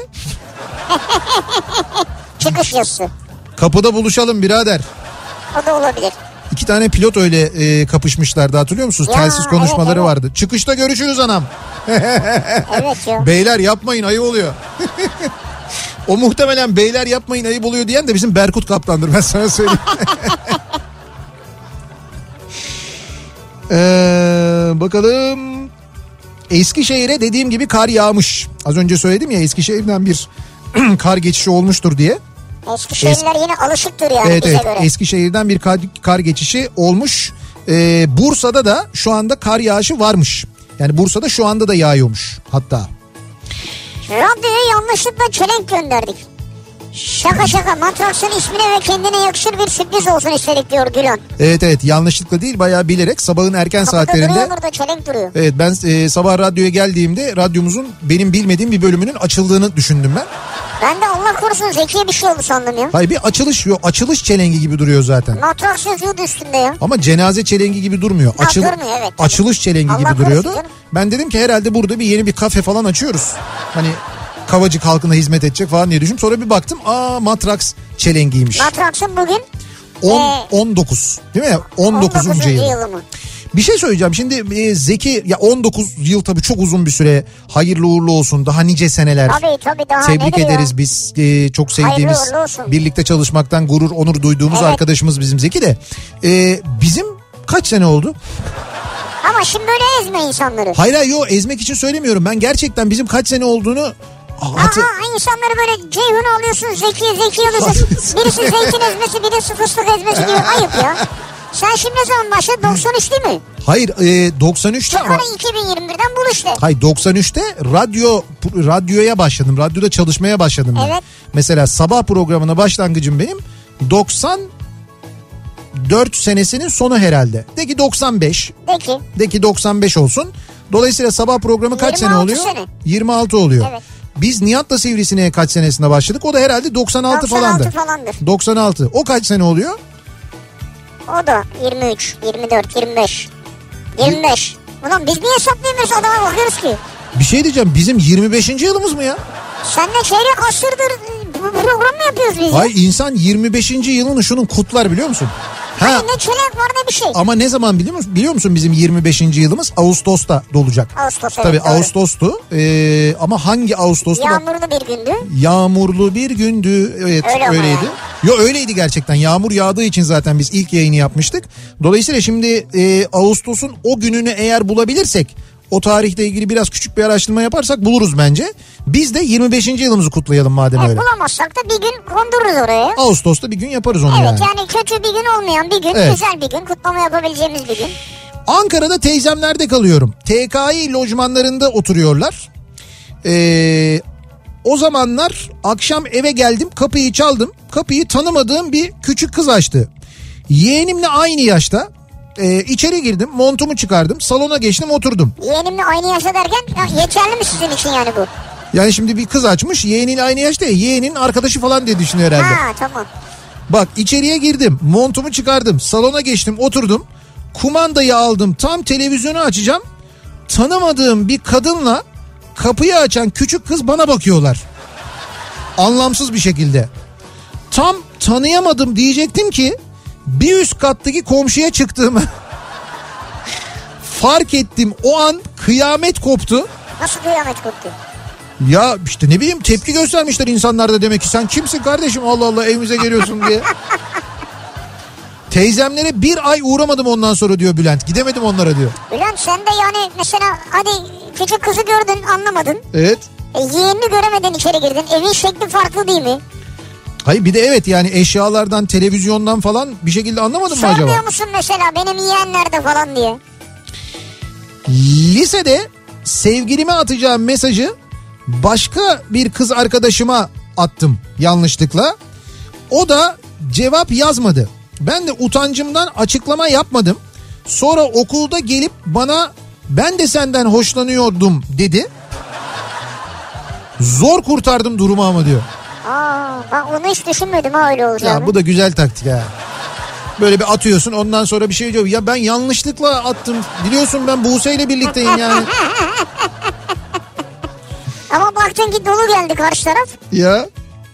Çıkış yazısı. Kapıda buluşalım birader. O da olabilir. İki tane pilot öyle e, kapışmışlardı, hatırlıyor musunuz? Ya, telsiz konuşmaları evet, evet. vardı. Çıkışta görüşürüz anam. Evet ya. Beyler yapmayın, ayıp oluyor. O muhtemelen beyler yapmayın, ayıp oluyor diyen de bizim Berkut Kaptan'dır, ben sana söyleyeyim. ee, bakalım. Eskişehir'e dediğim gibi kar yağmış. Az önce söyledim ya, Eskişehir'den bir kar geçişi olmuştur diye. Eskişehirliler es- yine alışıktır yani evet, bize evet. göre. Eskişehir'den bir kar, kar geçişi olmuş. Ee, Bursa'da da şu anda kar yağışı varmış. Yani Bursa'da şu anda da yağıyormuş hatta. Radyoya yanlışlıkla çelenk gönderdik. Şaka şaka, Matraks'ın ismine ve kendine yakışır bir sürpriz olsun istedik diyor Gülan. Evet evet, yanlışlıkla değil, bayağı bilerek sabahın erken Kapıda saatlerinde. duruyor burada, çelenk duruyor. Evet, ben e, sabah radyoya geldiğimde radyomuzun benim bilmediğim bir bölümünün açıldığını düşündüm ben. Ben de Allah korusun Zeki'ye bir şey oldu sandım ya. Hayır, bir açılış yok, açılış çelengi gibi duruyor zaten. Matraks yazıyordu üstünde ya. Ama cenaze çelengi gibi durmuyor. Ha, Açıl, durmuyor, evet, tabii. Açılış çelengi Allah gibi korusun duruyordu. canım. Ben dedim ki herhalde burada bir yeni bir kafe falan açıyoruz. Hani Kavacık halkına hizmet edecek falan diye düşündüm. Sonra bir baktım, aa Matraks çelengiymiş. Matraks'ın bugün on, ee, on dokuz değil mi? on dokuzuncu yıl. yılı mı? Bir şey söyleyeceğim şimdi, e, Zeki ya on dokuz yıl tabii çok uzun bir süre, hayırlı uğurlu olsun, daha nice seneler. Tabii tabii, daha Tebrik nedir ederiz ya? biz, e, çok sevdiğimiz, Hayırlı uğurlu olsun. birlikte çalışmaktan gurur onur duyduğumuz Evet. arkadaşımız bizim Zeki de. E, bizim kaç sene oldu? Ama şimdi böyle ezme insanları. Hayır hayır, yo, ezmek için söylemiyorum, ben gerçekten bizim kaç sene olduğunu hatır... Aha, insanları böyle Ceyhun'u alıyorsun, Zeki Zeki alıyorsun. Birisi zeytin ezmesi, birisi fıstık ezmesi gibi, ayıp ya. Sen şimdi ne zaman başladın? doksan üç değil mi? Hayır, e, doksan üçte ama... Çıkarı iki bin yirmi birden bul işte. Hayır, doksan üçte radyo radyoya başladım. Radyoda çalışmaya başladım ben. Evet. Mesela sabah programına başlangıcım benim doksan dört senesinin sonu herhalde. De ki doksan beş. De ki. De ki doksan beş olsun. Dolayısıyla sabah programı kaç sene oluyor? sene. yirmi altı oluyor. Evet. Biz Nihat'la Sivrisine'ye kaç senesinde başladık? O da herhalde doksan altı doksan altı falandı. falandır. doksan altı. O kaç sene oluyor? O da yirmi üç, yirmi dört, yirmi beş. yirmi beş. Ulan biz niye hesaplayamıyoruz, adama bakıyoruz ki. Bir şey diyeceğim, bizim yirmi beşinci yılımız mı ya? Seninle çeyrek asırdır bu program mı yapıyoruz biz? Hayır, insan yirmi beşinci yılını şunun kutlar, biliyor musun? Ha, Hayır, ne çelenk var ne bir şey. ama ne zaman biliyor musun? Biliyor musun bizim yirmi beşinci yılımız? Ağustos'ta dolacak. Ağustos, evet, Tabii doğru. Ağustos'tu. Ee, ama hangi Ağustos'tu? Bak, Yağmurlu bir gündü. yağmurlu bir gündü. Evet, Öyle ama öyleydi. Yo, öyleydi gerçekten. Yağmur yağdığı için zaten biz ilk yayını yapmıştık. Dolayısıyla şimdi e, Ağustos'un o gününü eğer bulabilirsek, o tarihle ilgili biraz küçük bir araştırma yaparsak buluruz bence. Biz de yirmi beşinci yılımızı kutlayalım madem Evet, öyle. bulamazsak da bir gün kondururuz oraya. Ağustos'ta bir gün yaparız onu Evet, yani. yani kötü bir gün olmayan bir gün, Evet. güzel bir gün, kutlama yapabileceğimiz bir gün. Ankara'da teyzemlerde kalıyorum. T K İ lojmanlarında oturuyorlar. Ee, o zamanlar akşam eve geldim, kapıyı çaldım. Kapıyı tanımadığım bir küçük kız açtı. Yeğenimle aynı yaşta. Ee, içeri girdim, montumu çıkardım, salona geçtim, oturdum. Yeğenimle aynı yaşta derken ya yeterli mi sizin için yani bu? Yani şimdi bir kız açmış, yeğeniyle aynı yaşta ya, yeğenin arkadaşı falan diye düşünüyor herhalde. Ha tamam. Bak içeriye girdim, montumu çıkardım, salona geçtim, oturdum. Kumandayı aldım, tam televizyonu açacağım. Tanımadığım bir kadınla kapıyı açan küçük kız bana bakıyorlar. Anlamsız bir şekilde. Tam tanıyamadım diyecektim ki bir üst kattaki komşuya çıktığımı fark ettim. O an kıyamet koptu. Nasıl kıyamet koptu? Ya işte ne bileyim, tepki göstermişler insanlar da, demek ki sen kimsin kardeşim, Allah Allah evimize geliyorsun diye. Teyzemlere bir ay uğramadım ondan sonra diyor Bülent. Gidemedim onlara diyor. Bülent sen de yani mesela hadi küçük kızı gördün, anlamadın. Evet. E, yeğenini göremeden içeri girdin. Evin şekli farklı değil mi? Hayır bir de evet yani eşyalardan, televizyondan falan bir şekilde anlamadın mı acaba? Sormuyor musun mesela benim yeğen nerede falan diye? Lisede sevgilime atacağım mesajı başka bir kız arkadaşıma attım yanlışlıkla. O da cevap yazmadı. Ben de utancımdan açıklama yapmadım. Sonra okulda gelip bana ben de senden hoşlanıyordum dedi. Zor kurtardım durumu ama diyor. Aa, ben onu hiç düşünmedim ha öyle olacağını. Ya bu da güzel taktik ha. Böyle bir atıyorsun, ondan sonra bir şey diyor. Ya ben yanlışlıkla attım. Biliyorsun ben Buse ile birlikteyim yani. Ama baktın ki dolu geldi karşı taraf. Ya.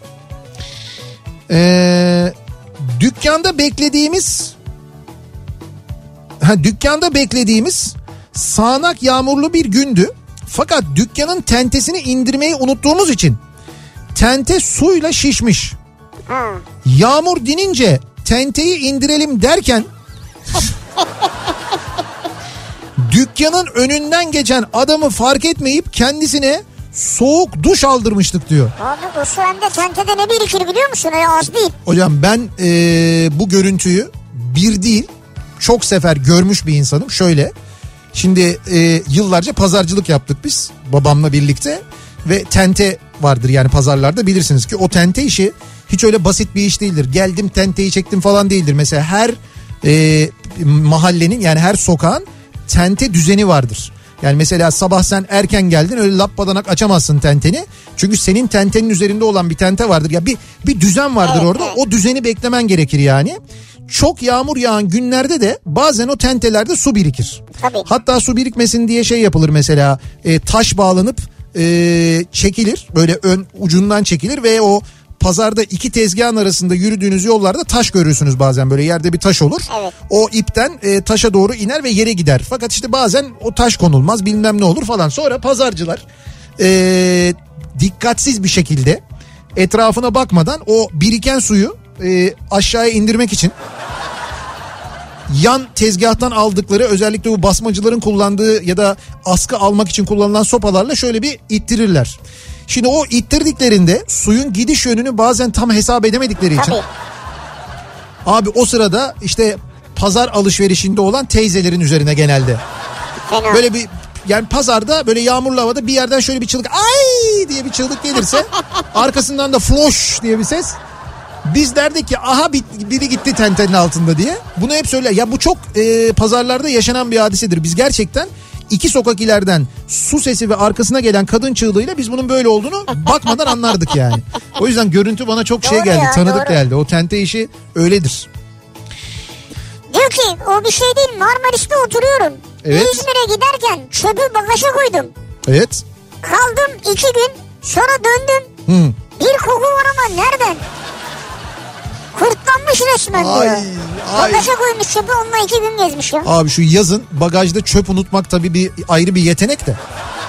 Ee, dükkanda beklediğimiz ha, dükkanda beklediğimiz sağanak yağmurlu bir gündü. Fakat dükkanın tentesini indirmeyi unuttuğumuz için tente suyla şişmiş. Ha. Yağmur dinince tenteyi indirelim derken dükkanın önünden geçen adamı fark etmeyip kendisine soğuk duş aldırmıştık diyor. Abi o su hem de tentede ne birikir biliyor musun? Öyle az değil. Hocam ben ee, bu görüntüyü bir değil çok sefer görmüş bir insanım. Şöyle şimdi e, yıllarca pazarcılık yaptık biz babamla birlikte ve tente vardır yani pazarlarda, bilirsiniz ki o tente işi hiç öyle basit bir iş değildir. Geldim tenteyi çektim falan değildir. Mesela her e, mahallenin yani her sokağın tente düzeni vardır. Yani mesela sabah sen erken geldin, öyle lappadanak açamazsın tenteni. Çünkü senin tentenin üzerinde olan bir tente vardır. Ya bir bir düzen vardır evet, orada. Evet. O düzeni beklemen gerekir yani. Çok yağmur yağan günlerde de bazen o tentelerde su birikir. Tabii. Hatta su birikmesin diye şey yapılır mesela, e, taş bağlanıp e, çekilir. Böyle ön ucundan çekilir ve o pazarda iki tezgahın arasında yürüdüğünüz yollarda taş görürsünüz bazen, böyle yerde bir taş olur. Evet. O ipten e, taşa doğru iner ve yere gider. Fakat işte bazen o taş konulmaz, bilmem ne olur falan. Sonra pazarcılar e, dikkatsiz bir şekilde etrafına bakmadan o biriken suyu e, aşağıya indirmek için yan tezgahtan aldıkları, özellikle bu basmacıların kullandığı ya da askı almak için kullanılan sopalarla şöyle bir ittirirler. Şimdi o ittirdiklerinde suyun gidiş yönünü bazen tam hesap edemedikleri için Tabii. abi o sırada işte pazar alışverişinde olan teyzelerin üzerine genelde Fena. böyle bir, yani pazarda böyle yağmurlu havada bir yerden şöyle bir çığlık, ay diye bir çığlık gelirse arkasından da floş diye bir ses, biz derdik ki aha biri gitti tentenin altında diye. Bunu hep söyler. Ya bu çok e, pazarlarda yaşanan bir hadisedir. Biz gerçekten iki sokak ileriden su sesi ve arkasına gelen kadın çığlığıyla biz bunun böyle olduğunu bakmadan anlardık yani. O yüzden görüntü bana çok şey Doğru geldi, ya, tanıdık doğru. geldi. O tente işi öyledir. Diyor ki o bir şey değil, Marmaris'te oturuyorum. Evet. İzmir'e giderken çöpü bagaja koydum. Evet. Kaldım iki gün, sonra döndüm. Hı. Bir koku var ama nereden? Kurtlanmış resmen diyor. Ay, ay. Bagaja koymuş çöpü, onunla iki gün gezmiş ya. Abi şu yazın bagajda çöp unutmak tabii bir ayrı bir yetenek de.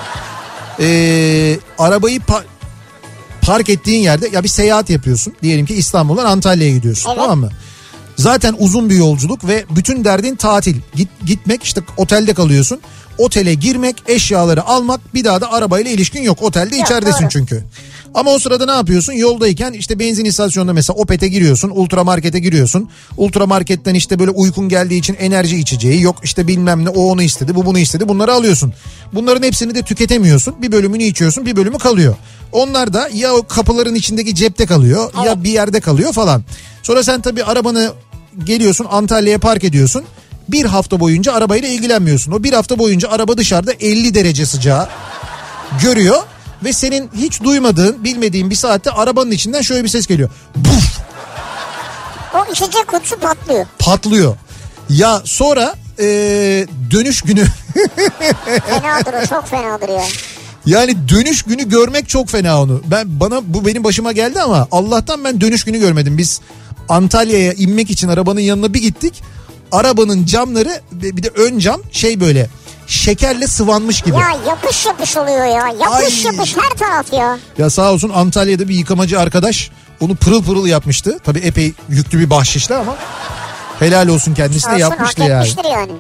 Ee, arabayı pa- park ettiğin yerde ya bir seyahat yapıyorsun. Diyelim ki İstanbul'dan Antalya'ya gidiyorsun, Evet. tamam mı? Zaten uzun bir yolculuk ve bütün derdin tatil. Git, gitmek işte, otelde kalıyorsun. Otele girmek, eşyaları almak, bir daha da arabayla ilişkin yok. Otelde Yok, içeridesin doğru. çünkü. Ama o sırada ne yapıyorsun? Yoldayken işte benzin istasyonunda mesela Opet'e giriyorsun, ultramarkete giriyorsun. Ultramarketten işte böyle uykun geldiği için enerji içeceği yok, işte bilmem ne, o onu istedi, bu bunu istedi, bunları alıyorsun. Bunların hepsini de tüketemiyorsun. Bir bölümünü içiyorsun, bir bölümü kalıyor. Onlar da ya o kapıların içindeki cepte kalıyor, Evet. ya bir yerde kalıyor falan. Sonra sen tabii arabanı geliyorsun, Antalya'ya park ediyorsun. Bir hafta boyunca arabayla ilgilenmiyorsun. O bir hafta boyunca araba dışarıda elli derece sıcağı görüyor. ve senin hiç duymadığın, bilmediğin bir saatte arabanın içinden şöyle bir ses geliyor. Buf! O içecek kutusu patlıyor. Patlıyor. Ya sonra ee, dönüş günü. Fenadır o, çok fenadır ya. Yani dönüş günü görmek çok fena onu. Ben bana bu benim başıma geldi ama Allah'tan ben dönüş günü görmedim. Biz Antalya'ya inmek için arabanın yanına bir gittik. Arabanın camları bir de ön cam şey böyle şekerle sıvanmış gibi. Ya yapış yapış oluyor ya. Yapış Ay. yapış her taraf ya. Ya sağ olsun Antalya'da bir yıkamacı arkadaş onu pırıl pırıl yapmıştı. Tabii epey yüklü bir bahşişle ama helal olsun, kendisi de yapmıştı yani. yani.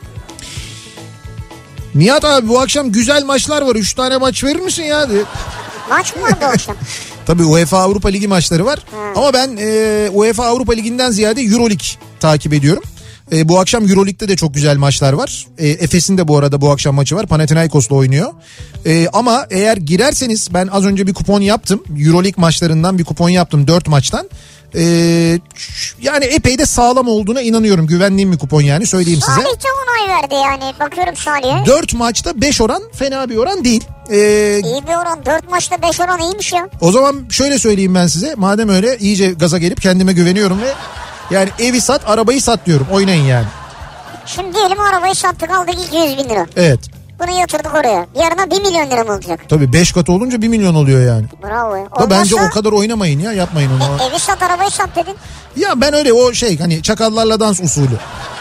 Nihat abi bu akşam güzel maçlar var. Üç tane maç verir misin ya? Maç mı var bu akşam? Tabii UEFA Avrupa Ligi maçları var. Ha. Ama ben e, UEFA Avrupa Ligi'nden ziyade Euroleague takip ediyorum. E, bu akşam Euroleague'de de çok güzel maçlar var. E, Efes'in de bu arada bu akşam maçı var. Panathinaikos'la oynuyor. E, ama eğer girerseniz, ben az önce bir kupon yaptım. Euroleague maçlarından bir kupon yaptım dört maçtan. Ee, yani epey de sağlam olduğuna inanıyorum. Güvendiğim bir kupon yani, söyleyeyim size. Salih de onay verdi yani. Bakıyorum Salih'e. dört maçta beş oran fena bir oran değil. Ee, İyi bir oran. dört maçta beş oran iyiymiş ya. O zaman şöyle söyleyeyim ben size. Madem öyle, iyice gaza gelip kendime güveniyorum ve yani evi sat, arabayı sat diyorum. Oynayın yani. Şimdi diyelim arabayı sattık, aldık iki yüz bin lira. Evet. Bunu yatırdık oraya. Yarına bir milyon lira mı olacak? Tabii beş katı olunca bir milyon oluyor yani. Bravo. Da bence o kadar oynamayın ya, yapmayın onu. E, evi sat, arabayı sat dedin. Ya ben öyle o şey hani çakallarla dans usulü.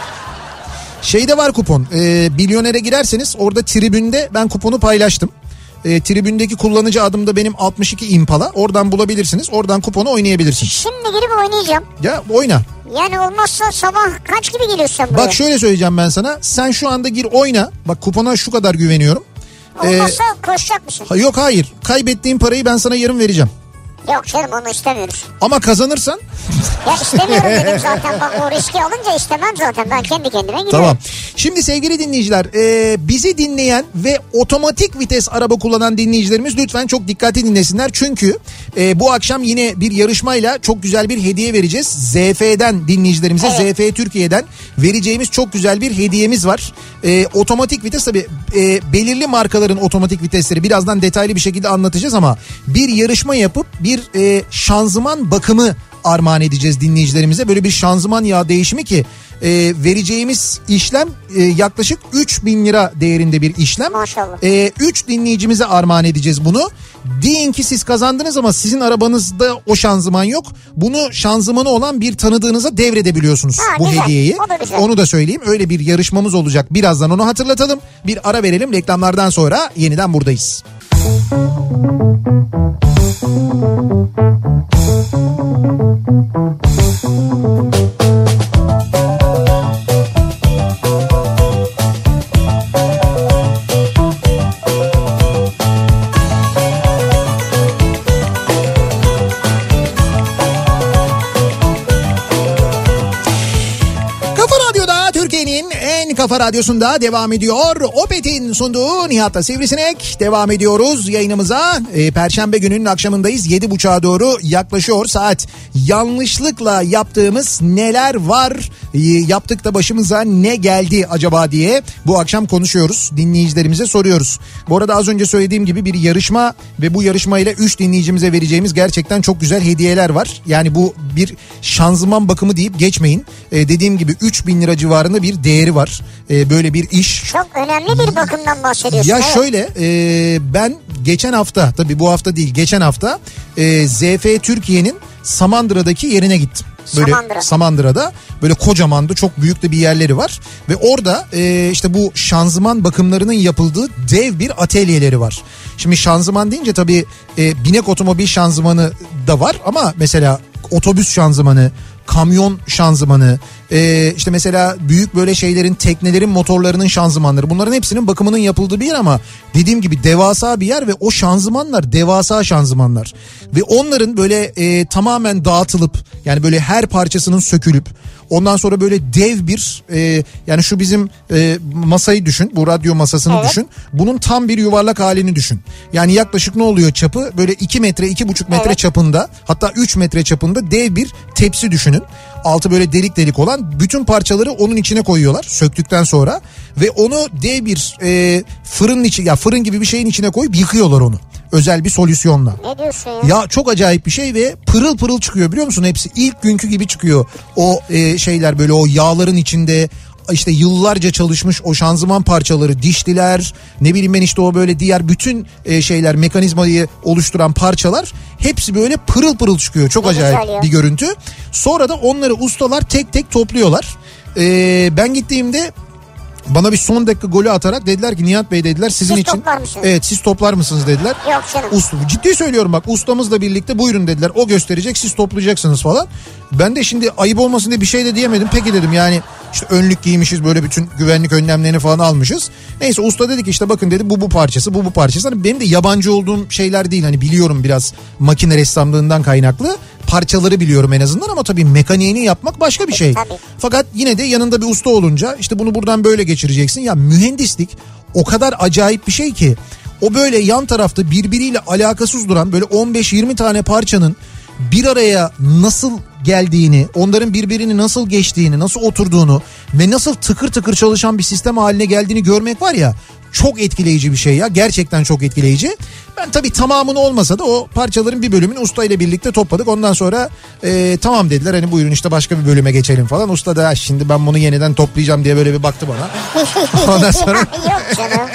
Şeyde var kupon. E, Milyonere girerseniz orada tribünde ben kuponu paylaştım. E, tribündeki kullanıcı adım da benim altmış iki Impala. Oradan bulabilirsiniz. Oradan kuponu oynayabilirsiniz. Şimdi girip oynayacağım. Ya oyna. Yani olmazsa sabah kaç gibi geliyorsun sen buraya? Bak şöyle söyleyeceğim ben sana. Sen şu anda gir oyna. Bak kupona şu kadar güveniyorum. Olmazsa ee, koşacak mısın? Yok hayır. Kaybettiğin parayı ben sana yarın vereceğim. Yok canım, onu istemiyoruz. Ama kazanırsan? Ya istemiyorum dedim zaten, bak o riski alınca istemem zaten, ben kendi kendime gidiyorum. Tamam. Şimdi sevgili dinleyiciler, e, bizi dinleyen ve otomatik vites araba kullanan dinleyicilerimiz lütfen çok dikkatli dinlesinler. Çünkü e, bu akşam yine bir yarışmayla çok güzel bir hediye vereceğiz. Z F'den dinleyicilerimize, evet. Z F Türkiye'den vereceğimiz çok güzel bir hediyemiz var. E, otomatik vites tabii e, belirli markaların otomatik vitesleri birazdan detaylı bir şekilde anlatacağız ama bir yarışma yapıp bir e, şanzıman bakımı armağan edeceğiz dinleyicilerimize. Böyle bir şanzıman yağı değişimi ki e, vereceğimiz işlem e, yaklaşık üç bin lira değerinde bir işlem. Maşallah. E, üç dinleyicimize armağan edeceğiz bunu. Deyin ki siz kazandınız ama sizin arabanızda o şanzıman yok. Bunu şanzımanı olan bir tanıdığınıza devredebiliyorsunuz, ha, bu güzel. hediyeyi. Da onu da söyleyeyim. Öyle bir yarışmamız olacak. Birazdan onu hatırlatalım. Bir ara verelim. Reklamlardan sonra yeniden buradayız. Kafa Radyosu'nda devam ediyor. Opet'in sunduğu Nihat'la Sivrisinek. Devam ediyoruz yayınımıza. E, Perşembe gününün akşamındayız. yedi buçuğa doğru yaklaşıyor saat. Yanlışlıkla yaptığımız neler var? E, yaptık da başımıza ne geldi acaba diye bu akşam konuşuyoruz. Dinleyicilerimize soruyoruz. Bu arada az önce söylediğim gibi bir yarışma ve bu yarışmayla üç dinleyicimize vereceğimiz gerçekten çok güzel hediyeler var. Yani bu bir şanzıman bakımı deyip geçmeyin. E, dediğim gibi üç bin lira civarında bir değeri var. Ee, böyle bir iş. Çok önemli bir bakımdan bahsediyorsun. Ya evet. şöyle e, ben geçen hafta, tabii bu hafta değil, geçen hafta e, Z F Türkiye'nin Samandıra'daki yerine gittim. Böyle Samandıra. Samandıra'da böyle kocamandı, çok büyük de bir yerleri var ve orada e, işte bu şanzıman bakımlarının yapıldığı dev bir atölyeleri var. Şimdi şanzıman deyince tabii e, binek otomobil şanzımanı da var ama mesela otobüs şanzımanı, kamyon şanzımanı, e, işte mesela büyük böyle şeylerin, teknelerin motorlarının şanzımanları, bunların hepsinin bakımının yapıldığı bir yer ama dediğim gibi devasa bir yer ve o şanzımanlar devasa şanzımanlar ve onların böyle e, tamamen dağıtılıp yani böyle her parçasının sökülüp ondan sonra böyle dev bir e, yani şu bizim e, masayı düşün, bu radyo masasını evet. düşün, bunun tam bir yuvarlak halini düşün. Yani yaklaşık ne oluyor çapı, böyle iki metre iki buçuk metre evet. çapında, hatta üç metre çapında dev bir tepsi düşünün. Altı böyle delik delik olan, bütün parçaları onun içine koyuyorlar söktükten sonra ve onu dev bir e, fırının içi, ya fırın gibi bir şeyin içine koyup yıkıyorlar onu. özel bir solüsyonla. Ne diyorsun ya? Ya çok acayip bir şey ve pırıl pırıl çıkıyor biliyor musun? Hepsi ilk günkü gibi çıkıyor. O e, şeyler böyle o yağların içinde işte yıllarca çalışmış o şanzıman parçaları, dişliler, ne bileyim ben işte o böyle diğer bütün e, şeyler, mekanizmayı oluşturan parçalar hepsi böyle pırıl pırıl çıkıyor. Çok ne acayip bir görüntü. Sonra da onları ustalar tek tek topluyorlar. E, ben gittiğimde bana bir son dakika golü atarak dediler ki Nihat Bey dediler sizin siz için. Toplar mısınız? Evet siz toplar mısınız dediler. Yok canım. Usta, ciddi söylüyorum bak ustamızla birlikte buyurun dediler. O gösterecek siz toplayacaksınız falan. Ben de şimdi ayıp olmasın diye bir şey de diyemedim. Peki dedim yani işte önlük giymişiz böyle bütün güvenlik önlemlerini falan almışız. Neyse usta dedi ki işte bakın dedi bu bu parçası bu bu parçası. Hani benim de yabancı olduğum şeyler değil hani biliyorum biraz makine ressamlığından kaynaklı. Parçaları biliyorum en azından ama tabii mekaniğini yapmak başka bir şey. Tabii. Fakat yine de yanında bir usta olunca işte bunu buradan böyle geçireceksin. Ya mühendislik o kadar acayip bir şey ki o böyle yan tarafta birbiriyle alakasız duran böyle on beş yirmi tane parçanın bir araya nasıl geldiğini, onların birbirini nasıl geçtiğini, nasıl oturduğunu ve nasıl tıkır tıkır çalışan bir sistem haline geldiğini görmek var ya çok etkileyici bir şey ya. Gerçekten çok etkileyici. Ben tabii tamamını olmasa da o parçaların bir bölümünü usta ile birlikte topladık. Ondan sonra e, tamam dediler hani buyurun işte başka bir bölüme geçelim falan. Usta da şimdi ben bunu yeniden toplayacağım diye böyle bir baktı bana. Ondan sonra... Yok canım.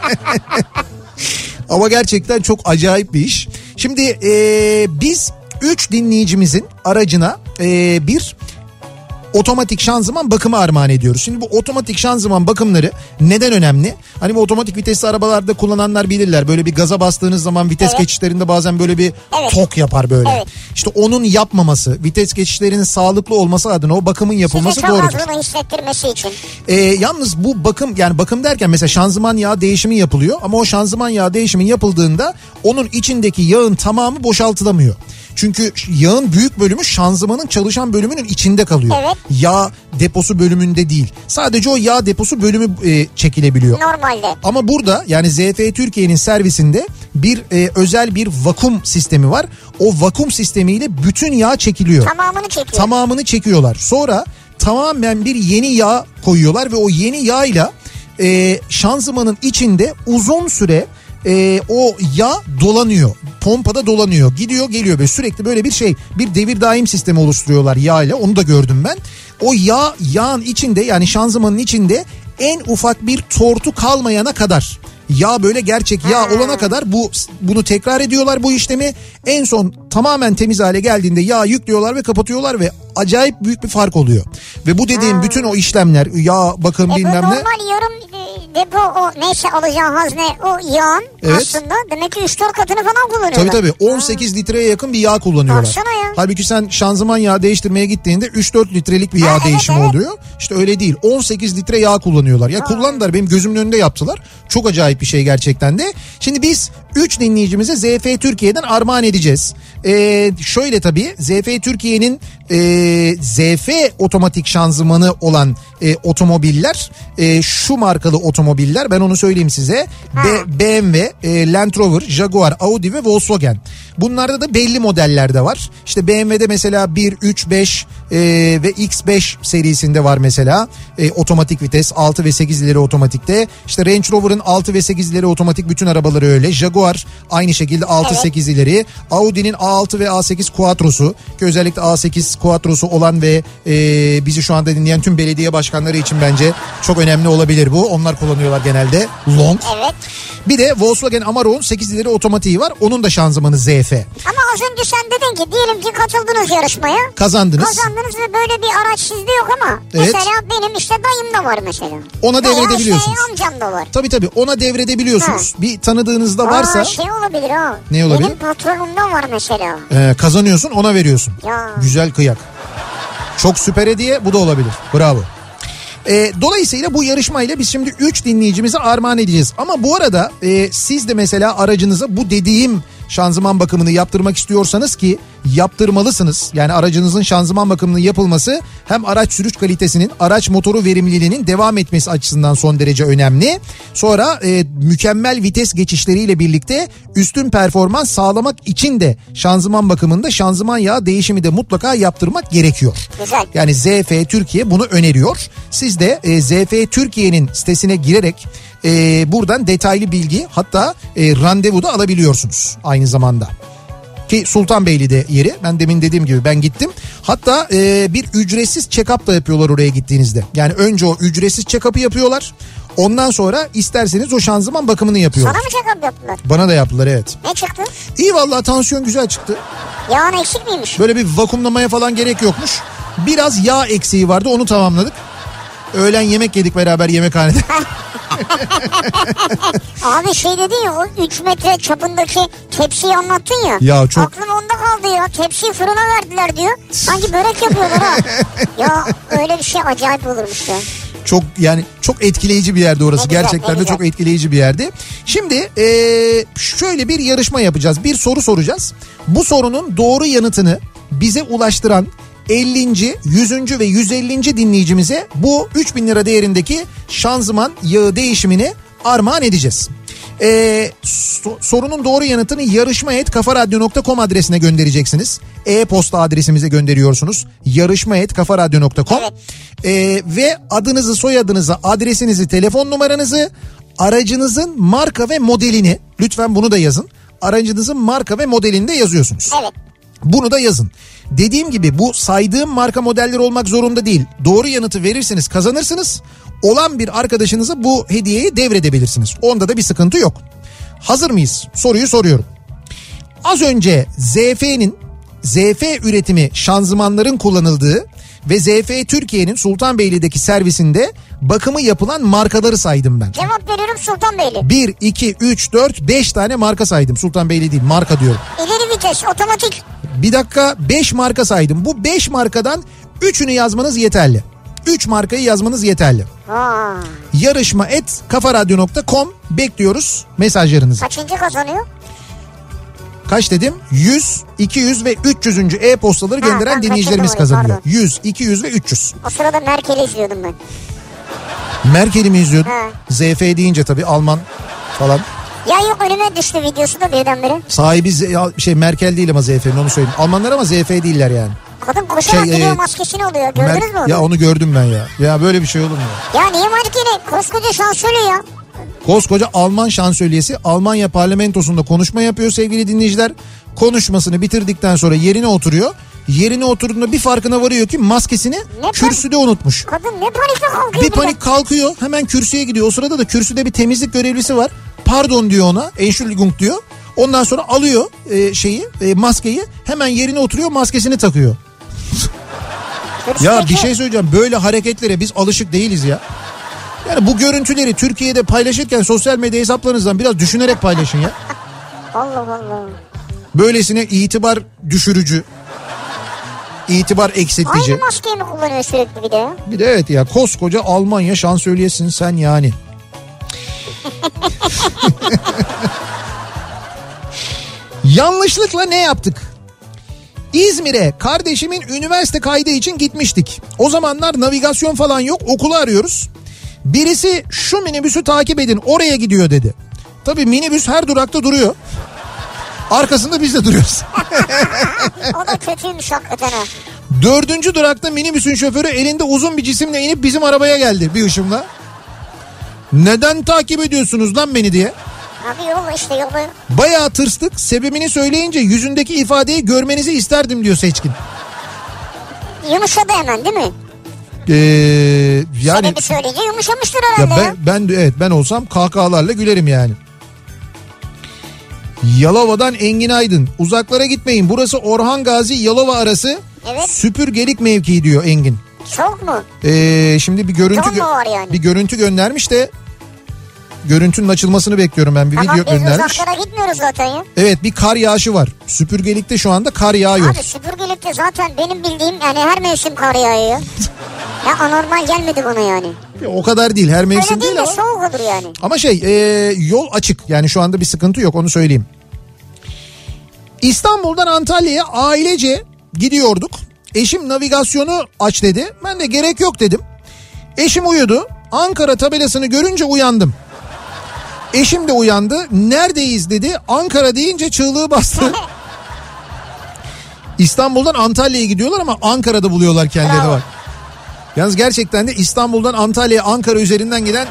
Ama gerçekten çok acayip bir iş. Şimdi e, biz üç dinleyicimizin aracına e, bir otomatik şanzıman bakımı armağan ediyoruz. Şimdi bu otomatik şanzıman bakımları neden önemli? Hani bu otomatik vitesli arabalarda kullananlar bilirler. Böyle bir gaza bastığınız zaman vites evet. geçişlerinde bazen böyle bir evet. tok yapar böyle. Evet. İşte onun yapmaması, vites geçişlerinin sağlıklı olması adına o bakımın yapılması Size çok doğrudur. az bunu hissettirmesi için. Ee, yalnız bu bakım yani bakım derken mesela şanzıman yağı değişimi yapılıyor. Ama o şanzıman yağı değişimi yapıldığında onun içindeki yağın tamamı boşaltılamıyor. Çünkü yağın büyük bölümü şanzımanın çalışan bölümünün içinde kalıyor. Evet. Yağ deposu bölümünde değil. Sadece o yağ deposu bölümü e, çekilebiliyor. Normalde. Ama burada yani Z F Türkiye'nin servisinde bir e, özel bir vakum sistemi var. O vakum sistemiyle bütün yağ çekiliyor. Tamamını çekiyor. Tamamını çekiyorlar. Sonra tamamen bir yeni yağ koyuyorlar ve o yeni yağ e, şanzımanın içinde uzun süre e, o yağ dolanıyor. Pompada dolanıyor. Gidiyor geliyor ve sürekli böyle bir şey. Bir devir daim sistemi oluşturuyorlar yağ ile. Onu da gördüm ben. O yağ yağın içinde yani şanzımanın içinde en ufak bir tortu kalmayana kadar. Yağ böyle gerçek yağ olana kadar bu bunu tekrar ediyorlar bu işlemi. En son tamamen temiz hale geldiğinde yağ yüklüyorlar ve kapatıyorlar ve acayip büyük bir fark oluyor. Ve bu dediğim bütün o işlemler yağ bakım e bilmem ne. Normal yarım depo o neyse alacağın hazne o yağın evet. aslında demek ki üç dört katını falan kullanıyorlar. Tabii tabii on sekiz ha. litreye yakın bir yağ kullanıyorlar. Baksana ya. Halbuki sen şanzıman yağı değiştirmeye gittiğinde üç dört litrelik bir yağ ha, değişimi evet, evet. oluyor. İşte öyle değil on sekiz litre yağ kullanıyorlar. Ya ha. kullandılar benim gözümün önünde yaptılar. Çok acayip bir şey gerçekten de. Şimdi biz üç dinleyicimize Z F Türkiye'den armağan edeceğiz. Ee, şöyle tabii Z F Türkiye'nin e, Z F otomatik şanzımanı olan e, otomobiller e, şu markalı otomobiller ben onu söyleyeyim size. B- B M W, e, Land Rover, Jaguar, Audi ve Volkswagen. Bunlarda da belli modeller de var. İşte B M W'de mesela bir, üç, beş e, ve X beş serisinde var mesela. E, otomatik vites altı ve sekiz ileri otomatikte. İşte Range Rover'ın altı ve sekiz ileri otomatik bütün arabaları öyle. Jaguar aynı şekilde altı sekiz evet. ileri. Audi'nin A altı ve A sekiz Quattro'su ki özellikle A sekiz Quattro'su olan ve e, bizi şu anda dinleyen tüm belediye başkanları için bence çok önemli olabilir bu. Onlar kullanıyorlar genelde. Long. Evet. Bir de Volkswagen Amaro'nun sekiz ileri otomatiği var. Onun da şanzımanı Z F. Ama az önce sen dedin ki diyelim ki katıldınız yarışmaya. Kazandınız. Kazandınız ve böyle bir araç sizde yok ama. Evet. Mesela benim işte dayım da var mesela. Ona devredebiliyorsunuz. Veya şey amcam da var. Tabii tabii ona devredebiliyorsunuz. Ha. Bir tanıdığınızda varsa. Aa, şey olabilir ha. Ne olabilir? Benim patronumda var mesela. Ee, kazanıyorsun ona veriyorsun. Ya. Güzel kıyak. Çok süper hediye bu da olabilir. Bravo. E, dolayısıyla bu yarışmayla biz şimdi üç dinleyicimize armağan edeceğiz. Ama bu arada e, siz de mesela aracınıza bu dediğim şanzıman bakımını yaptırmak istiyorsanız ki yaptırmalısınız. Yani aracınızın şanzıman bakımının yapılması hem araç sürüş kalitesinin, araç motoru verimliliğinin devam etmesi açısından son derece önemli. Sonra e, mükemmel vites geçişleriyle birlikte üstün performans sağlamak için de şanzıman bakımında şanzıman yağı değişimi de mutlaka yaptırmak gerekiyor. Güzel. Yani Z F Türkiye bunu öneriyor. Siz de e, Z F Türkiye'nin sitesine girerek e, buradan detaylı bilgi, hatta e, randevu da alabiliyorsunuz aynı zamanda. Ki Sultanbeyli'de yeri, ben demin dediğim gibi ben gittim. Hatta e, bir ücretsiz check-up da yapıyorlar oraya gittiğinizde. Yani önce o ücretsiz check-up'ı yapıyorlar. Ondan sonra isterseniz o şanzıman bakımını yapıyorlar. Sana mı check-up yaptılar? Bana da yaptılar, evet. Ne çıktı? İyi vallahi, tansiyon güzel çıktı. Yağın eksik miymiş? Böyle bir vakumlamaya falan gerek yokmuş. Biraz yağ eksiği vardı, onu tamamladık. Öğlen yemek yedik beraber yemekhanede. Abi şey dedin ya, o üç metre çapındaki tepsiyi anlattın ya. Ya çok... Aklım onda kaldı ya. Tepsiyi fırına verdiler diyor. Sanki börek yapıyorlar ha. Ya öyle bir şey acayip olurmuş ya. Çok yani çok etkileyici bir yerde orası. Ne güzel, gerçekten ne de çok etkileyici bir yerde. Şimdi ee, şöyle bir yarışma yapacağız. Bir soru soracağız. Bu sorunun doğru yanıtını bize ulaştıran ellinci, yüzüncü ve yüz ellinci dinleyicimize bu üç bin lira değerindeki şanzıman yağı değişimini armağan edeceğiz. Ee, so- sorunun doğru yanıtını yarışma et kafaradyo nokta com adresine göndereceksiniz. E-posta adresimize gönderiyorsunuz. yarışma et kafaradyo nokta com. Evet. Ee, ve adınızı, soyadınızı, adresinizi, telefon numaranızı, aracınızın marka ve modelini, lütfen bunu da yazın. Aracınızın marka ve modelini de yazıyorsunuz. Evet. Bunu da yazın. Dediğim gibi bu saydığım marka modeller olmak zorunda değil. Doğru yanıtı verirseniz kazanırsınız. Olan bir arkadaşınıza bu hediyeyi devredebilirsiniz. Onda da bir sıkıntı yok. Hazır mıyız? Soruyu soruyorum. Az önce Z F'nin Z F üretimi şanzımanların kullanıldığı ve Z F Türkiye'nin Sultanbeyli'deki servisinde bakımı yapılan markaları saydım ben. Cevap veriyorum Sultanbeyli. bir, iki, üç, dört, beş tane marka saydım. Sultanbeyli değil, marka diyorum. İleri vites, otomatik. Bir dakika, beş marka saydım. Bu beş markadan üçünü yazmanız yeterli. üç markayı yazmanız yeterli. Aa. Yarışma et kafaradyo nokta com bekliyoruz mesajlarınızı. Kaçıncı kazanıyor? Kaç dedim? yüz, iki yüz ve üç yüzüncü e-postaları Ha, gönderen ben dinleyicilerimiz kaçırdım orayı, kazanıyor. pardon. yüz, iki yüz ve üç yüz. O sırada Merkel'i izliyordum ben. Merkel'i mi izliyordun? Ha. Z F deyince tabii Alman falan. Ya yok, önüme düştü videosu da birdenbire. Sahibi Z- şey Merkel değil ama Z F'nin, onu söyleyeyim. Almanlar ama Z F değiller yani. Kadın koşarak Şey, gidiyor, e, maskesini oluyor. Gördünüz Mer- mü onu? Ya onu gördüm ben ya. Ya böyle bir şey olur mu ya? Ya niye Merkel'i? Koskoca şansölye ya. Koskoca Alman şansölyesi Almanya parlamentosunda konuşma yapıyor sevgili dinleyiciler. Konuşmasını bitirdikten sonra yerine oturuyor. Yerine oturduğunda bir farkına varıyor ki maskesini Ne kürsüde unutmuş. Kadın ne panikle kalkıyor. Bir panik kalkıyor, hemen kürsüye gidiyor. O sırada da kürsüde bir temizlik görevlisi var. Pardon diyor ona, Entschuldigung diyor. Ondan sonra alıyor e, şeyi e, maskeyi, hemen yerine oturuyor, maskesini takıyor. Ya bir şey söyleyeceğim, böyle hareketlere biz alışık değiliz ya. Yani bu görüntüleri Türkiye'de paylaşırken sosyal medya hesaplarınızdan biraz düşünerek paylaşın ya. Allah Allah. Böylesine itibar düşürücü, itibar eksiltici. Aynı maskeyi mi kullanıyor sürekli bir de ya? Bir de evet ya, koskoca Almanya şansölyesin sen yani. Yanlışlıkla ne yaptık? İzmir'e kardeşimin üniversite kaydı için gitmiştik. O zamanlar navigasyon falan yok, okulu arıyoruz. Birisi şu minibüsü takip edin, oraya gidiyor dedi. Tabii minibüs her durakta duruyor. Arkasında biz de duruyoruz. O da kötüymüş hakikaten ha. Dördüncü durakta minibüsün şoförü elinde uzun bir cisimle inip bizim arabaya geldi bir ışımla. Neden takip ediyorsunuz lan beni diye. Abi yolla işte yolla. Bayağı tırstık, sebebini söyleyince yüzündeki ifadeyi görmenizi isterdim diyor Seçkin. Yumuşadı hemen değil mi? Ee, yani Sebebi söyleyince yumuşamıştır ya herhalde ya. ben, ben evet ben olsam kahkahalarla gülerim yani. Yalova'dan Engin Aydın, uzaklara gitmeyin, burası Orhan Gazi Yalova arası, Evet. süpürgelik mevkii diyor Engin. Soğuk mu? Ee, şimdi bir görüntü Don mu var yani? bir görüntü göndermiş de görüntünün açılmasını bekliyorum ben, bir Tamam, video biz göndermiş. uzaklara gitmiyoruz zaten ya. Evet, bir kar yağışı var. Süpürgelikte şu anda kar yağıyor. Abi süpürgelikte zaten benim bildiğim yani her mevsim kar yağıyor. Ya anormal gelmedi bana yani. O kadar değil, her mevsim Öyle değil değil de ama. soğuk olur yani. Ama şey e, yol açık yani, şu anda bir sıkıntı yok, onu söyleyeyim. İstanbul'dan Antalya'ya ailece gidiyorduk. Eşim navigasyonu aç dedi. Ben de gerek yok dedim. Eşim uyudu. Ankara tabelasını görünce uyandım. Eşim de uyandı. Neredeyiz dedi. Ankara deyince çığlığı bastı. İstanbul'dan Antalya'ya gidiyorlar ama Ankara'da buluyorlar kendilerini var. Yalnız gerçekten de İstanbul'dan Antalya'ya Ankara üzerinden giden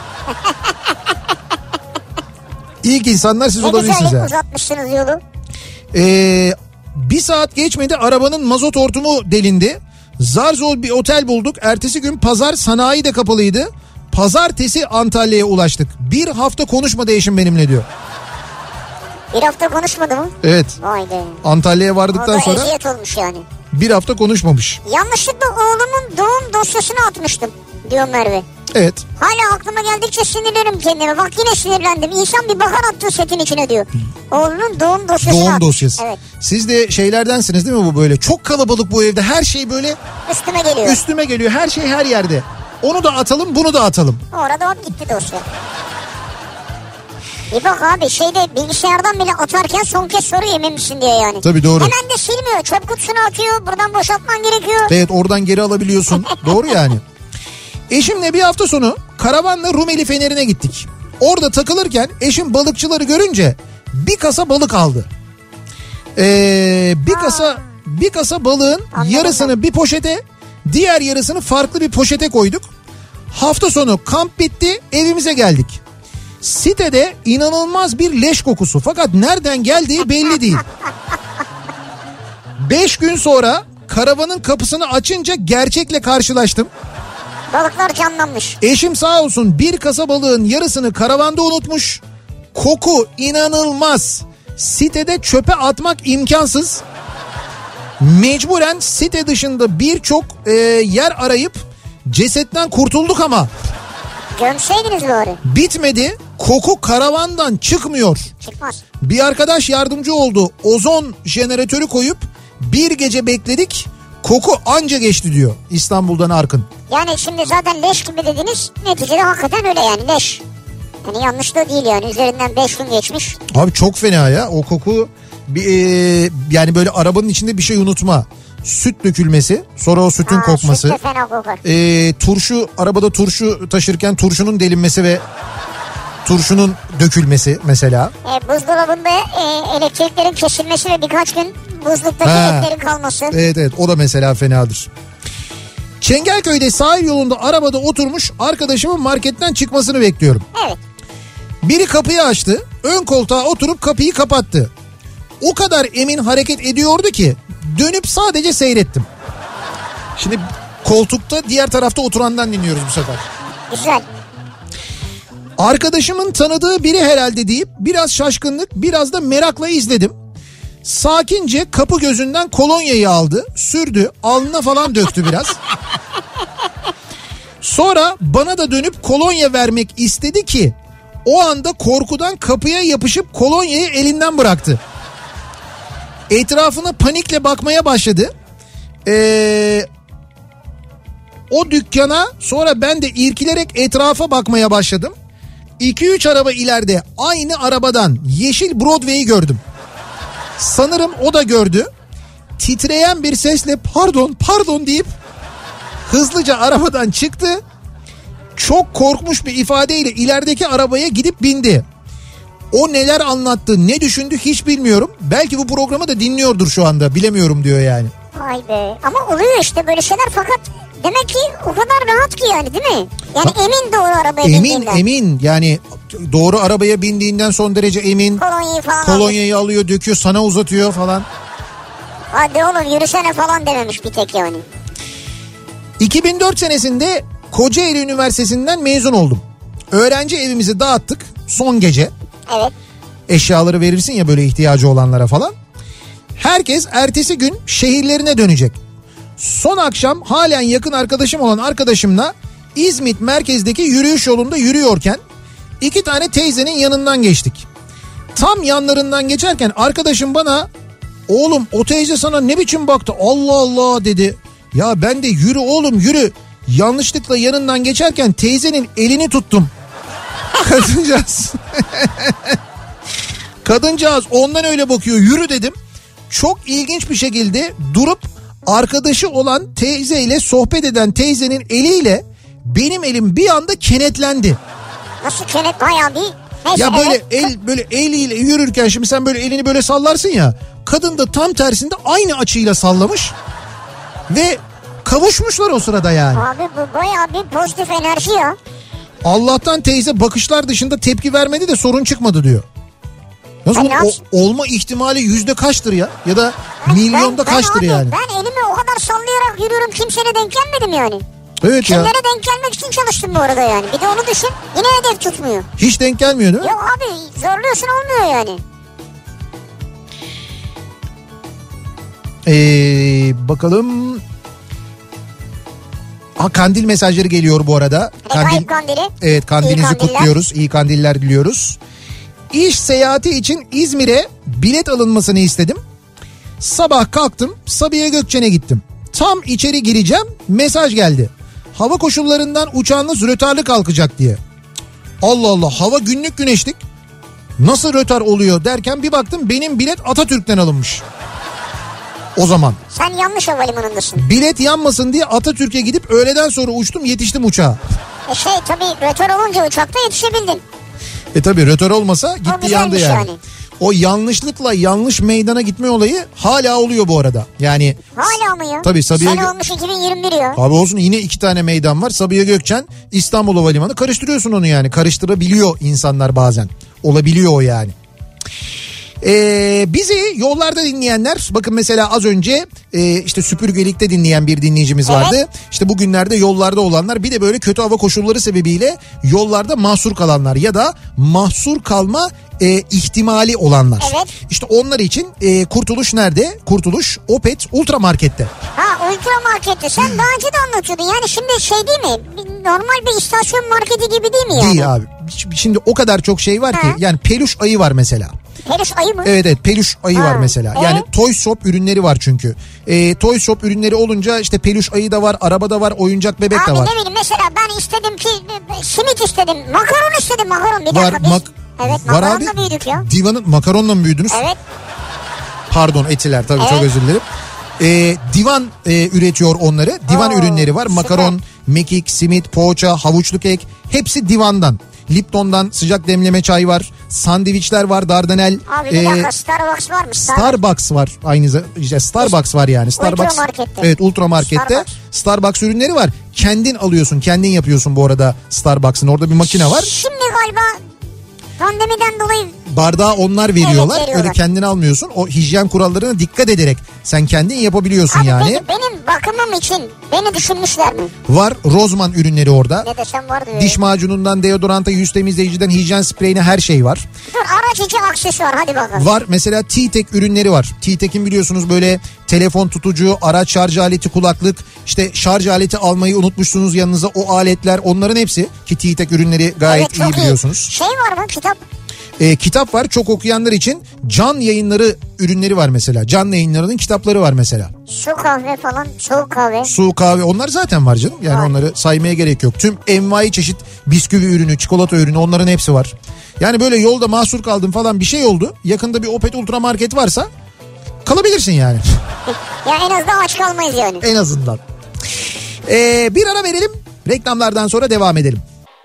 ilk insanlar siz ne olabilirsiniz. Ne güzel yani. uzatmışsınız yolu. Ee, bir saat geçmedi arabanın mazot hortumu delindi. Zar zor bir otel bulduk. Ertesi gün pazar sanayi de kapalıydı. Pazartesi Antalya'ya ulaştık. Bir hafta konuşmadı eşim benimle diyor. Bir hafta konuşmadı mı? Evet. Vay be. Antalya'ya vardıktan sonra. O da eziyet olmuş yani. Bir hafta konuşmamış. Yanlışlıkla oğlumun doğum dosyasını atmıştım diyor Merve. Evet. Hala aklıma geldikçe sinirlerim kendime. Bak yine sinirlendim. İnsan bir bakar attığı setin içine diyor. Oğlunun doğum dosyasını Doğum atmış. dosyası. Evet. Siz de şeylerdensiniz değil mi bu böyle? Çok kalabalık bu evde. Her şey böyle Üstüme geliyor. üstüme geliyor. Her şey her yerde. Onu da atalım, bunu da atalım. Orada hop gitti dosya. Bir bak abi şeyde bilgisayardan bile atarken son kez soruyor emin misin diye yani. Tabii doğru. Hemen de silmiyor. Çöp kutusuna atıyor. Buradan boşaltman gerekiyor. Evet oradan geri alabiliyorsun. Doğru yani. Eşimle bir hafta sonu karavanla Rumeli Feneri'ne gittik. Orada takılırken eşim balıkçıları görünce bir kasa balık aldı. Ee, bir kasa bir kasa balığın Anladım yarısını ben. bir poşete, diğer yarısını farklı bir poşete koyduk. Hafta sonu kamp bitti, evimize geldik. Sitede inanılmaz bir leş kokusu fakat nereden geldiği belli değil. Beş gün sonra karavanın kapısını açınca gerçekle karşılaştım. Balıklar canlanmış. Eşim sağ olsun bir kasa balığın yarısını karavanda unutmuş. Koku inanılmaz. Sitede çöpe atmak imkansız. Mecburen site dışında birçok e, yer arayıp cesetten kurtulduk ama Gömseydiniz bari. bitmedi. Koku karavandan çıkmıyor. Çıkmaz. Bir arkadaş yardımcı oldu. Ozon jeneratörü koyup bir gece bekledik. Koku anca geçti diyor İstanbul'dan Arkın. Yani şimdi zaten leş gibi dediniz. Neticede hakikaten öyle yani leş. Yani yanlış da değil yani. Üzerinden beş gün geçmiş. Abi çok fena ya o koku. Bir, e, yani böyle arabanın içinde bir şey unutma. Süt dökülmesi, sonra o sütün Aa, kokması. süt de fena kokar. E, turşu, arabada turşu taşırken turşunun delinmesi ve turşunun dökülmesi mesela. E, buzdolabında e, elektriklerin kesilmesi ve birkaç gün buzluktaki Ha. etlerin kalması. Evet evet o da mesela fenadır. Çengelköy'de sahil yolunda arabada oturmuş arkadaşımın marketten çıkmasını bekliyorum. Evet. Biri kapıyı açtı, ön koltuğa oturup kapıyı kapattı. O kadar emin hareket ediyordu ki dönüp sadece seyrettim. Şimdi koltukta diğer tarafta oturandan dinliyoruz bu sefer. Güzel. Arkadaşımın tanıdığı biri herhalde deyip biraz şaşkınlık biraz da merakla izledim. Sakince kapı gözünden kolonyayı aldı, sürdü, alnına falan döktü biraz. Sonra bana da dönüp kolonya vermek istedi ki o anda korkudan kapıya yapışıp kolonyayı elinden bıraktı. Etrafına panikle bakmaya başladı. Ee, o dükkana sonra ben de irkilerek etrafa bakmaya başladım. iki üç araba ileride aynı arabadan yeşil Broadway'i gördüm. Sanırım o da gördü. Titreyen bir sesle pardon pardon deyip hızlıca arabadan çıktı. Çok korkmuş bir ifadeyle ilerideki arabaya gidip bindi. O neler anlattı, ne düşündü hiç bilmiyorum. Belki bu programı da dinliyordur şu anda, bilemiyorum diyor yani. Vay be. Ama oluyor işte böyle şeyler fakat demek ki o kadar rahat ki yani değil mi? Yani Ha, emin doğru arabaya Emin bindiğinden. emin yani doğru arabaya bindiğinden son derece emin. Kolonyayı falan Kolonyayı alıyor, döküyor, sana uzatıyor falan. almış. Hadi oğlum yürüsene falan dememiş bir tek yani. iki bin dört senesinde Kocaeli Üniversitesi'nden mezun oldum. Öğrenci evimizi dağıttık son gece. Evet. Eşyaları verirsin ya böyle ihtiyacı olanlara falan. Herkes ertesi gün şehirlerine dönecek. Son akşam halen yakın arkadaşım olan arkadaşımla İzmit merkezdeki yürüyüş yolunda yürüyorken iki tane teyzenin yanından geçtik. Tam yanlarından geçerken arkadaşım bana oğlum o teyze sana ne biçim baktı Allah Allah dedi. Ya ben de yürü oğlum yürü. Yanlışlıkla yanından geçerken teyzenin elini tuttum. Kadıncağız. Kadıncağız ondan öyle bakıyor yürü dedim. çok ilginç bir şekilde durup arkadaşı olan teyzeyle sohbet eden teyzenin eliyle benim elim bir anda kenetlendi. Nasıl kenet, bayağı bir... Neyse, ya böyle evet. el böyle eliyle yürürken şimdi sen böyle elini böyle sallarsın ya. Kadın da tam tersinde aynı açıyla sallamış. Ve kavuşmuşlar o sırada yani. Abi bu bayağı bir pozitif enerji ya. Allah'tan teyze bakışlar dışında tepki vermedi de sorun çıkmadı diyor. Nasıl o, olma ihtimali yüzde kaçtır ya? Ya da milyonda ben, kaçtır ben abi, yani? Ben elimi o kadar sallayarak yürüyorum, kimsene denk gelmedim yani. Evet Kimlere ya. denk gelmek için çalıştım bu arada yani. Bir de onu düşün, yine hedef tutmuyor. Hiç denk gelmiyor değil mi? Yok abi, zorluyorsun olmuyor yani. Ee, bakalım. Ha, kandil mesajları geliyor bu arada. Kandil, kandili. Evet, kandilinizi kutluyoruz. İyi kandiller diliyoruz. İş seyahati için İzmir'e bilet alınmasını istedim. Sabah kalktım, Sabiha Gökçen'e gittim. Tam içeri gireceğim, mesaj geldi. Hava koşullarından uçağınız rötarlı kalkacak diye. Allah Allah, hava günlük güneşlik. Nasıl rötar oluyor derken bir baktım benim bilet Atatürk'ten alınmış. O zaman. Sen yanlış havalimanındasın. Bilet yanmasın diye Atatürk'e gidip öğleden sonra uçtum, yetiştim uçağa. E şey tabii, rötar olunca uçakta yetişebildin. E tabii rötar olmasa gitti yandı yani. yani. O yanlışlıkla yanlış meydana gitme olayı hala oluyor bu arada. Yani hala mı ya? Tabii Sabiha Sene olmuş iki bin yirmi bir ya. Abi olsun, yine iki tane meydan var. Sabiha Gökçen, İstanbul Havalimanı, karıştırıyorsun onu yani. Karıştırabiliyor insanlar bazen. Olabiliyor o yani. Ee, bizi yollarda dinleyenler, bakın mesela az önce e, işte süpürgelikte dinleyen bir dinleyicimiz vardı. Evet. İşte bugünlerde yollarda olanlar, bir de böyle kötü hava koşulları sebebiyle yollarda mahsur kalanlar ya da mahsur kalma e, ihtimali olanlar. Evet. İşte onlar için e, kurtuluş nerede? Kurtuluş Opet Ultramarket'te. Ha, Ultramarket'te sen daha önce de anlatıyordun. Yani şimdi şey değil mi? Normal bir istasyon marketi gibi değil mi yani? Değil abi. Şimdi o kadar çok şey var ki, ha. Yani peluş ayı var mesela. Peluş ayı mı? Evet evet, peluş ayı ha. var mesela. Yani ee? Toy Shop ürünleri var çünkü. E, Toy Shop ürünleri olunca işte peluş ayı da var, araba da var, oyuncak bebek abi de var. Abi ne bileyim, mesela ben istedim ki simit istedim, makaron istedim, makaron bir var, dakika biz. Mak- evet, var makaronla abi. büyüdük ya. Divanın makaronla mı büyüdünüz? Evet. Pardon, etiler tabii, evet. Çok özür dilerim. E, divan e, üretiyor onları. Divan Oo, ürünleri var. Süper. Makaron, mekik, simit, poğaça, havuçlu kek, hepsi divandan. Lipton'dan sıcak demleme çay var. Sandviçler var, Dardanel. Abi bir ee, dakika, Starbucks var mı? Starbucks, Starbucks var aynı zamanda. İşte Starbucks var yani. Starbucks. Ultramarket'te. Evet, Ultramarket'te. Starbucks. Starbucks ürünleri var. Kendin alıyorsun, kendin yapıyorsun bu arada Starbucks'ın. Orada bir makine var. Şimdi galiba pandemiden dolayı bardağı onlar veriyorlar. Evet, öyle kendin almıyorsun. O hijyen kurallarına dikkat ederek sen kendin yapabiliyorsun abi yani. Peki benim bakımım için beni düşünmüşler mi? Var. Rozman ürünleri orada. Ne desem var diyor. Diş macunundan deodoranta, yüz temizleyiciden hijyen spreyine her şey var. Dur, araç içi aksesuar, hadi bakalım. Var. Mesela T-Tek ürünleri var. T-Tek'in biliyorsunuz böyle telefon tutucu, araç şarj aleti, kulaklık, işte şarj aleti almayı unutmuşsunuz yanınıza, o aletler, onların hepsi ki T-Tek ürünleri gayet evet, iyi biliyorsunuz. Şey var mı, kitap? E, kitap var, çok okuyanlar için Can Yayınları ürünleri var mesela. Can Yayınları'nın kitapları var mesela. Su kahve falan, soğuk kahve. Su kahve, onlar zaten var canım. Yani var. Onları saymaya gerek yok. Tüm envai çeşit bisküvi ürünü, çikolata ürünü, onların hepsi var. Yani böyle yolda mahsur kaldım falan, bir şey oldu. Yakında bir Opet Ultramarket varsa kalabilirsin yani. Ya en azından aç kalmayız yani. En azından. Ee, bir ara verelim. Reklamlardan sonra devam edelim.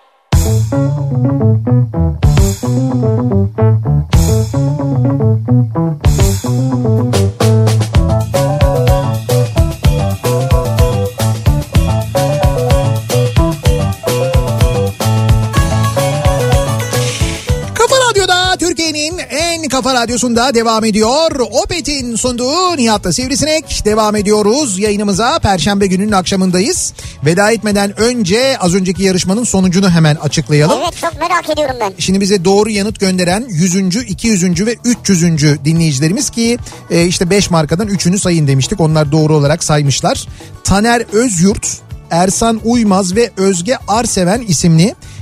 Kafa Radyosu'nda devam ediyor. Opet'in sunduğu Nihat'la Sivrisinek. Devam ediyoruz yayınımıza. Perşembe gününün akşamındayız. Veda etmeden önce az önceki yarışmanın sonucunu hemen açıklayalım. Evet, çok merak ediyorum ben. Şimdi bize doğru yanıt gönderen yüzüncü, iki yüzüncü ve üç yüzüncü dinleyicilerimiz ki e, işte beş markadan üçünü sayın demiştik. Onlar doğru olarak saymışlar. Taner Özyurt, Ersan Uymaz ve Özge Arseven isimli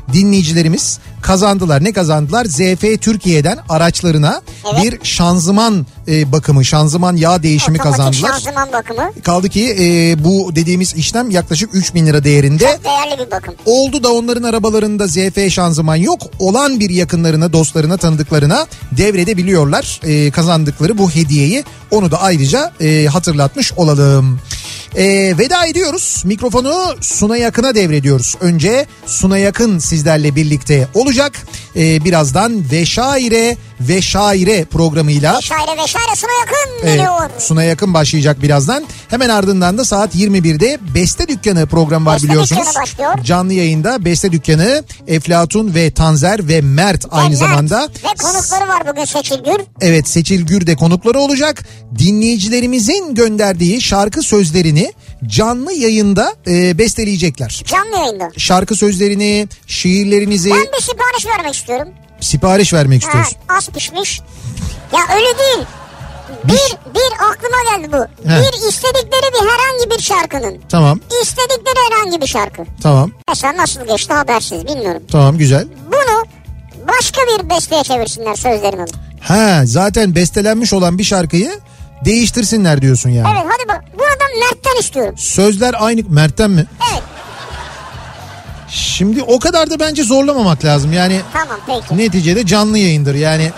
dinleyicilerimiz kazandılar. Ne kazandılar? Z F Türkiye'den araçlarına Evet. bir şanzıman e, bakımı, şanzıman yağ değişimi Otomatik kazandılar. şanzıman bakımı. Kaldı ki e, bu dediğimiz işlem yaklaşık üç bin lira değerinde. Çok değerli bir bakım. Oldu da onların arabalarında Z F şanzıman yok. Olan bir yakınlarına, dostlarına, tanıdıklarına devredebiliyorlar e, kazandıkları bu hediyeyi. Onu da ayrıca e, hatırlatmış olalım. E, veda ediyoruz. Mikrofonu Suna Yakın'a devrediyoruz. Önce Suna Yakın sizlerle birlikte olacak. E, birazdan Veşaire ve Şaire programıyla. Veşaire Veşaire Suna Yakın Evet, geliyor. Suna Yakın başlayacak birazdan. Hemen ardından da saat yirmi birde Beste Dükkanı programı var Beste biliyorsunuz. Dükkanı başlıyor. Canlı yayında Beste Dükkanı, Eflatun ve Tanzer ve Mert aynı Mert. zamanda. Ve konukları var bugün Seçil Gür. Evet, Seçil Gür de konukları olacak. Dinleyicilerimizin gönderdiği şarkı sözlerini canlı yayında e, besteleyecekler. Canlı yayında. Şarkı sözlerini, şiirlerinizi Ben bir sipariş vermek istiyorum. sipariş vermek istiyorsun. Ha, az pişmiş. Ya öyle değil. Bir, bir aklıma geldi bu. He. Bir istedikleri bir herhangi bir şarkının. Tamam, İstedikleri herhangi bir şarkı. tamam, Mesela nasıl geçti habersiz bilmiyorum. tamam, güzel. Bunu başka bir besteye çevirsinler sözlerini. Ha, zaten bestelenmiş olan bir şarkıyı değiştirsinler diyorsun yani. Evet hadi bak buradan Mert'ten istiyorum. Sözler aynı. Mert'ten mi? Evet Şimdi o kadar da bence zorlamamak lazım. Yani tamam peki. neticede canlı yayındır yani.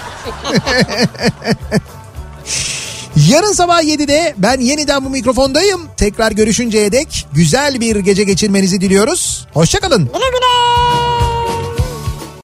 Yarın sabah yedide ben yeniden bu mikrofondayım. Tekrar görüşünceye dek güzel bir gece geçirmenizi diliyoruz. Hoşça kalın. Güle güle.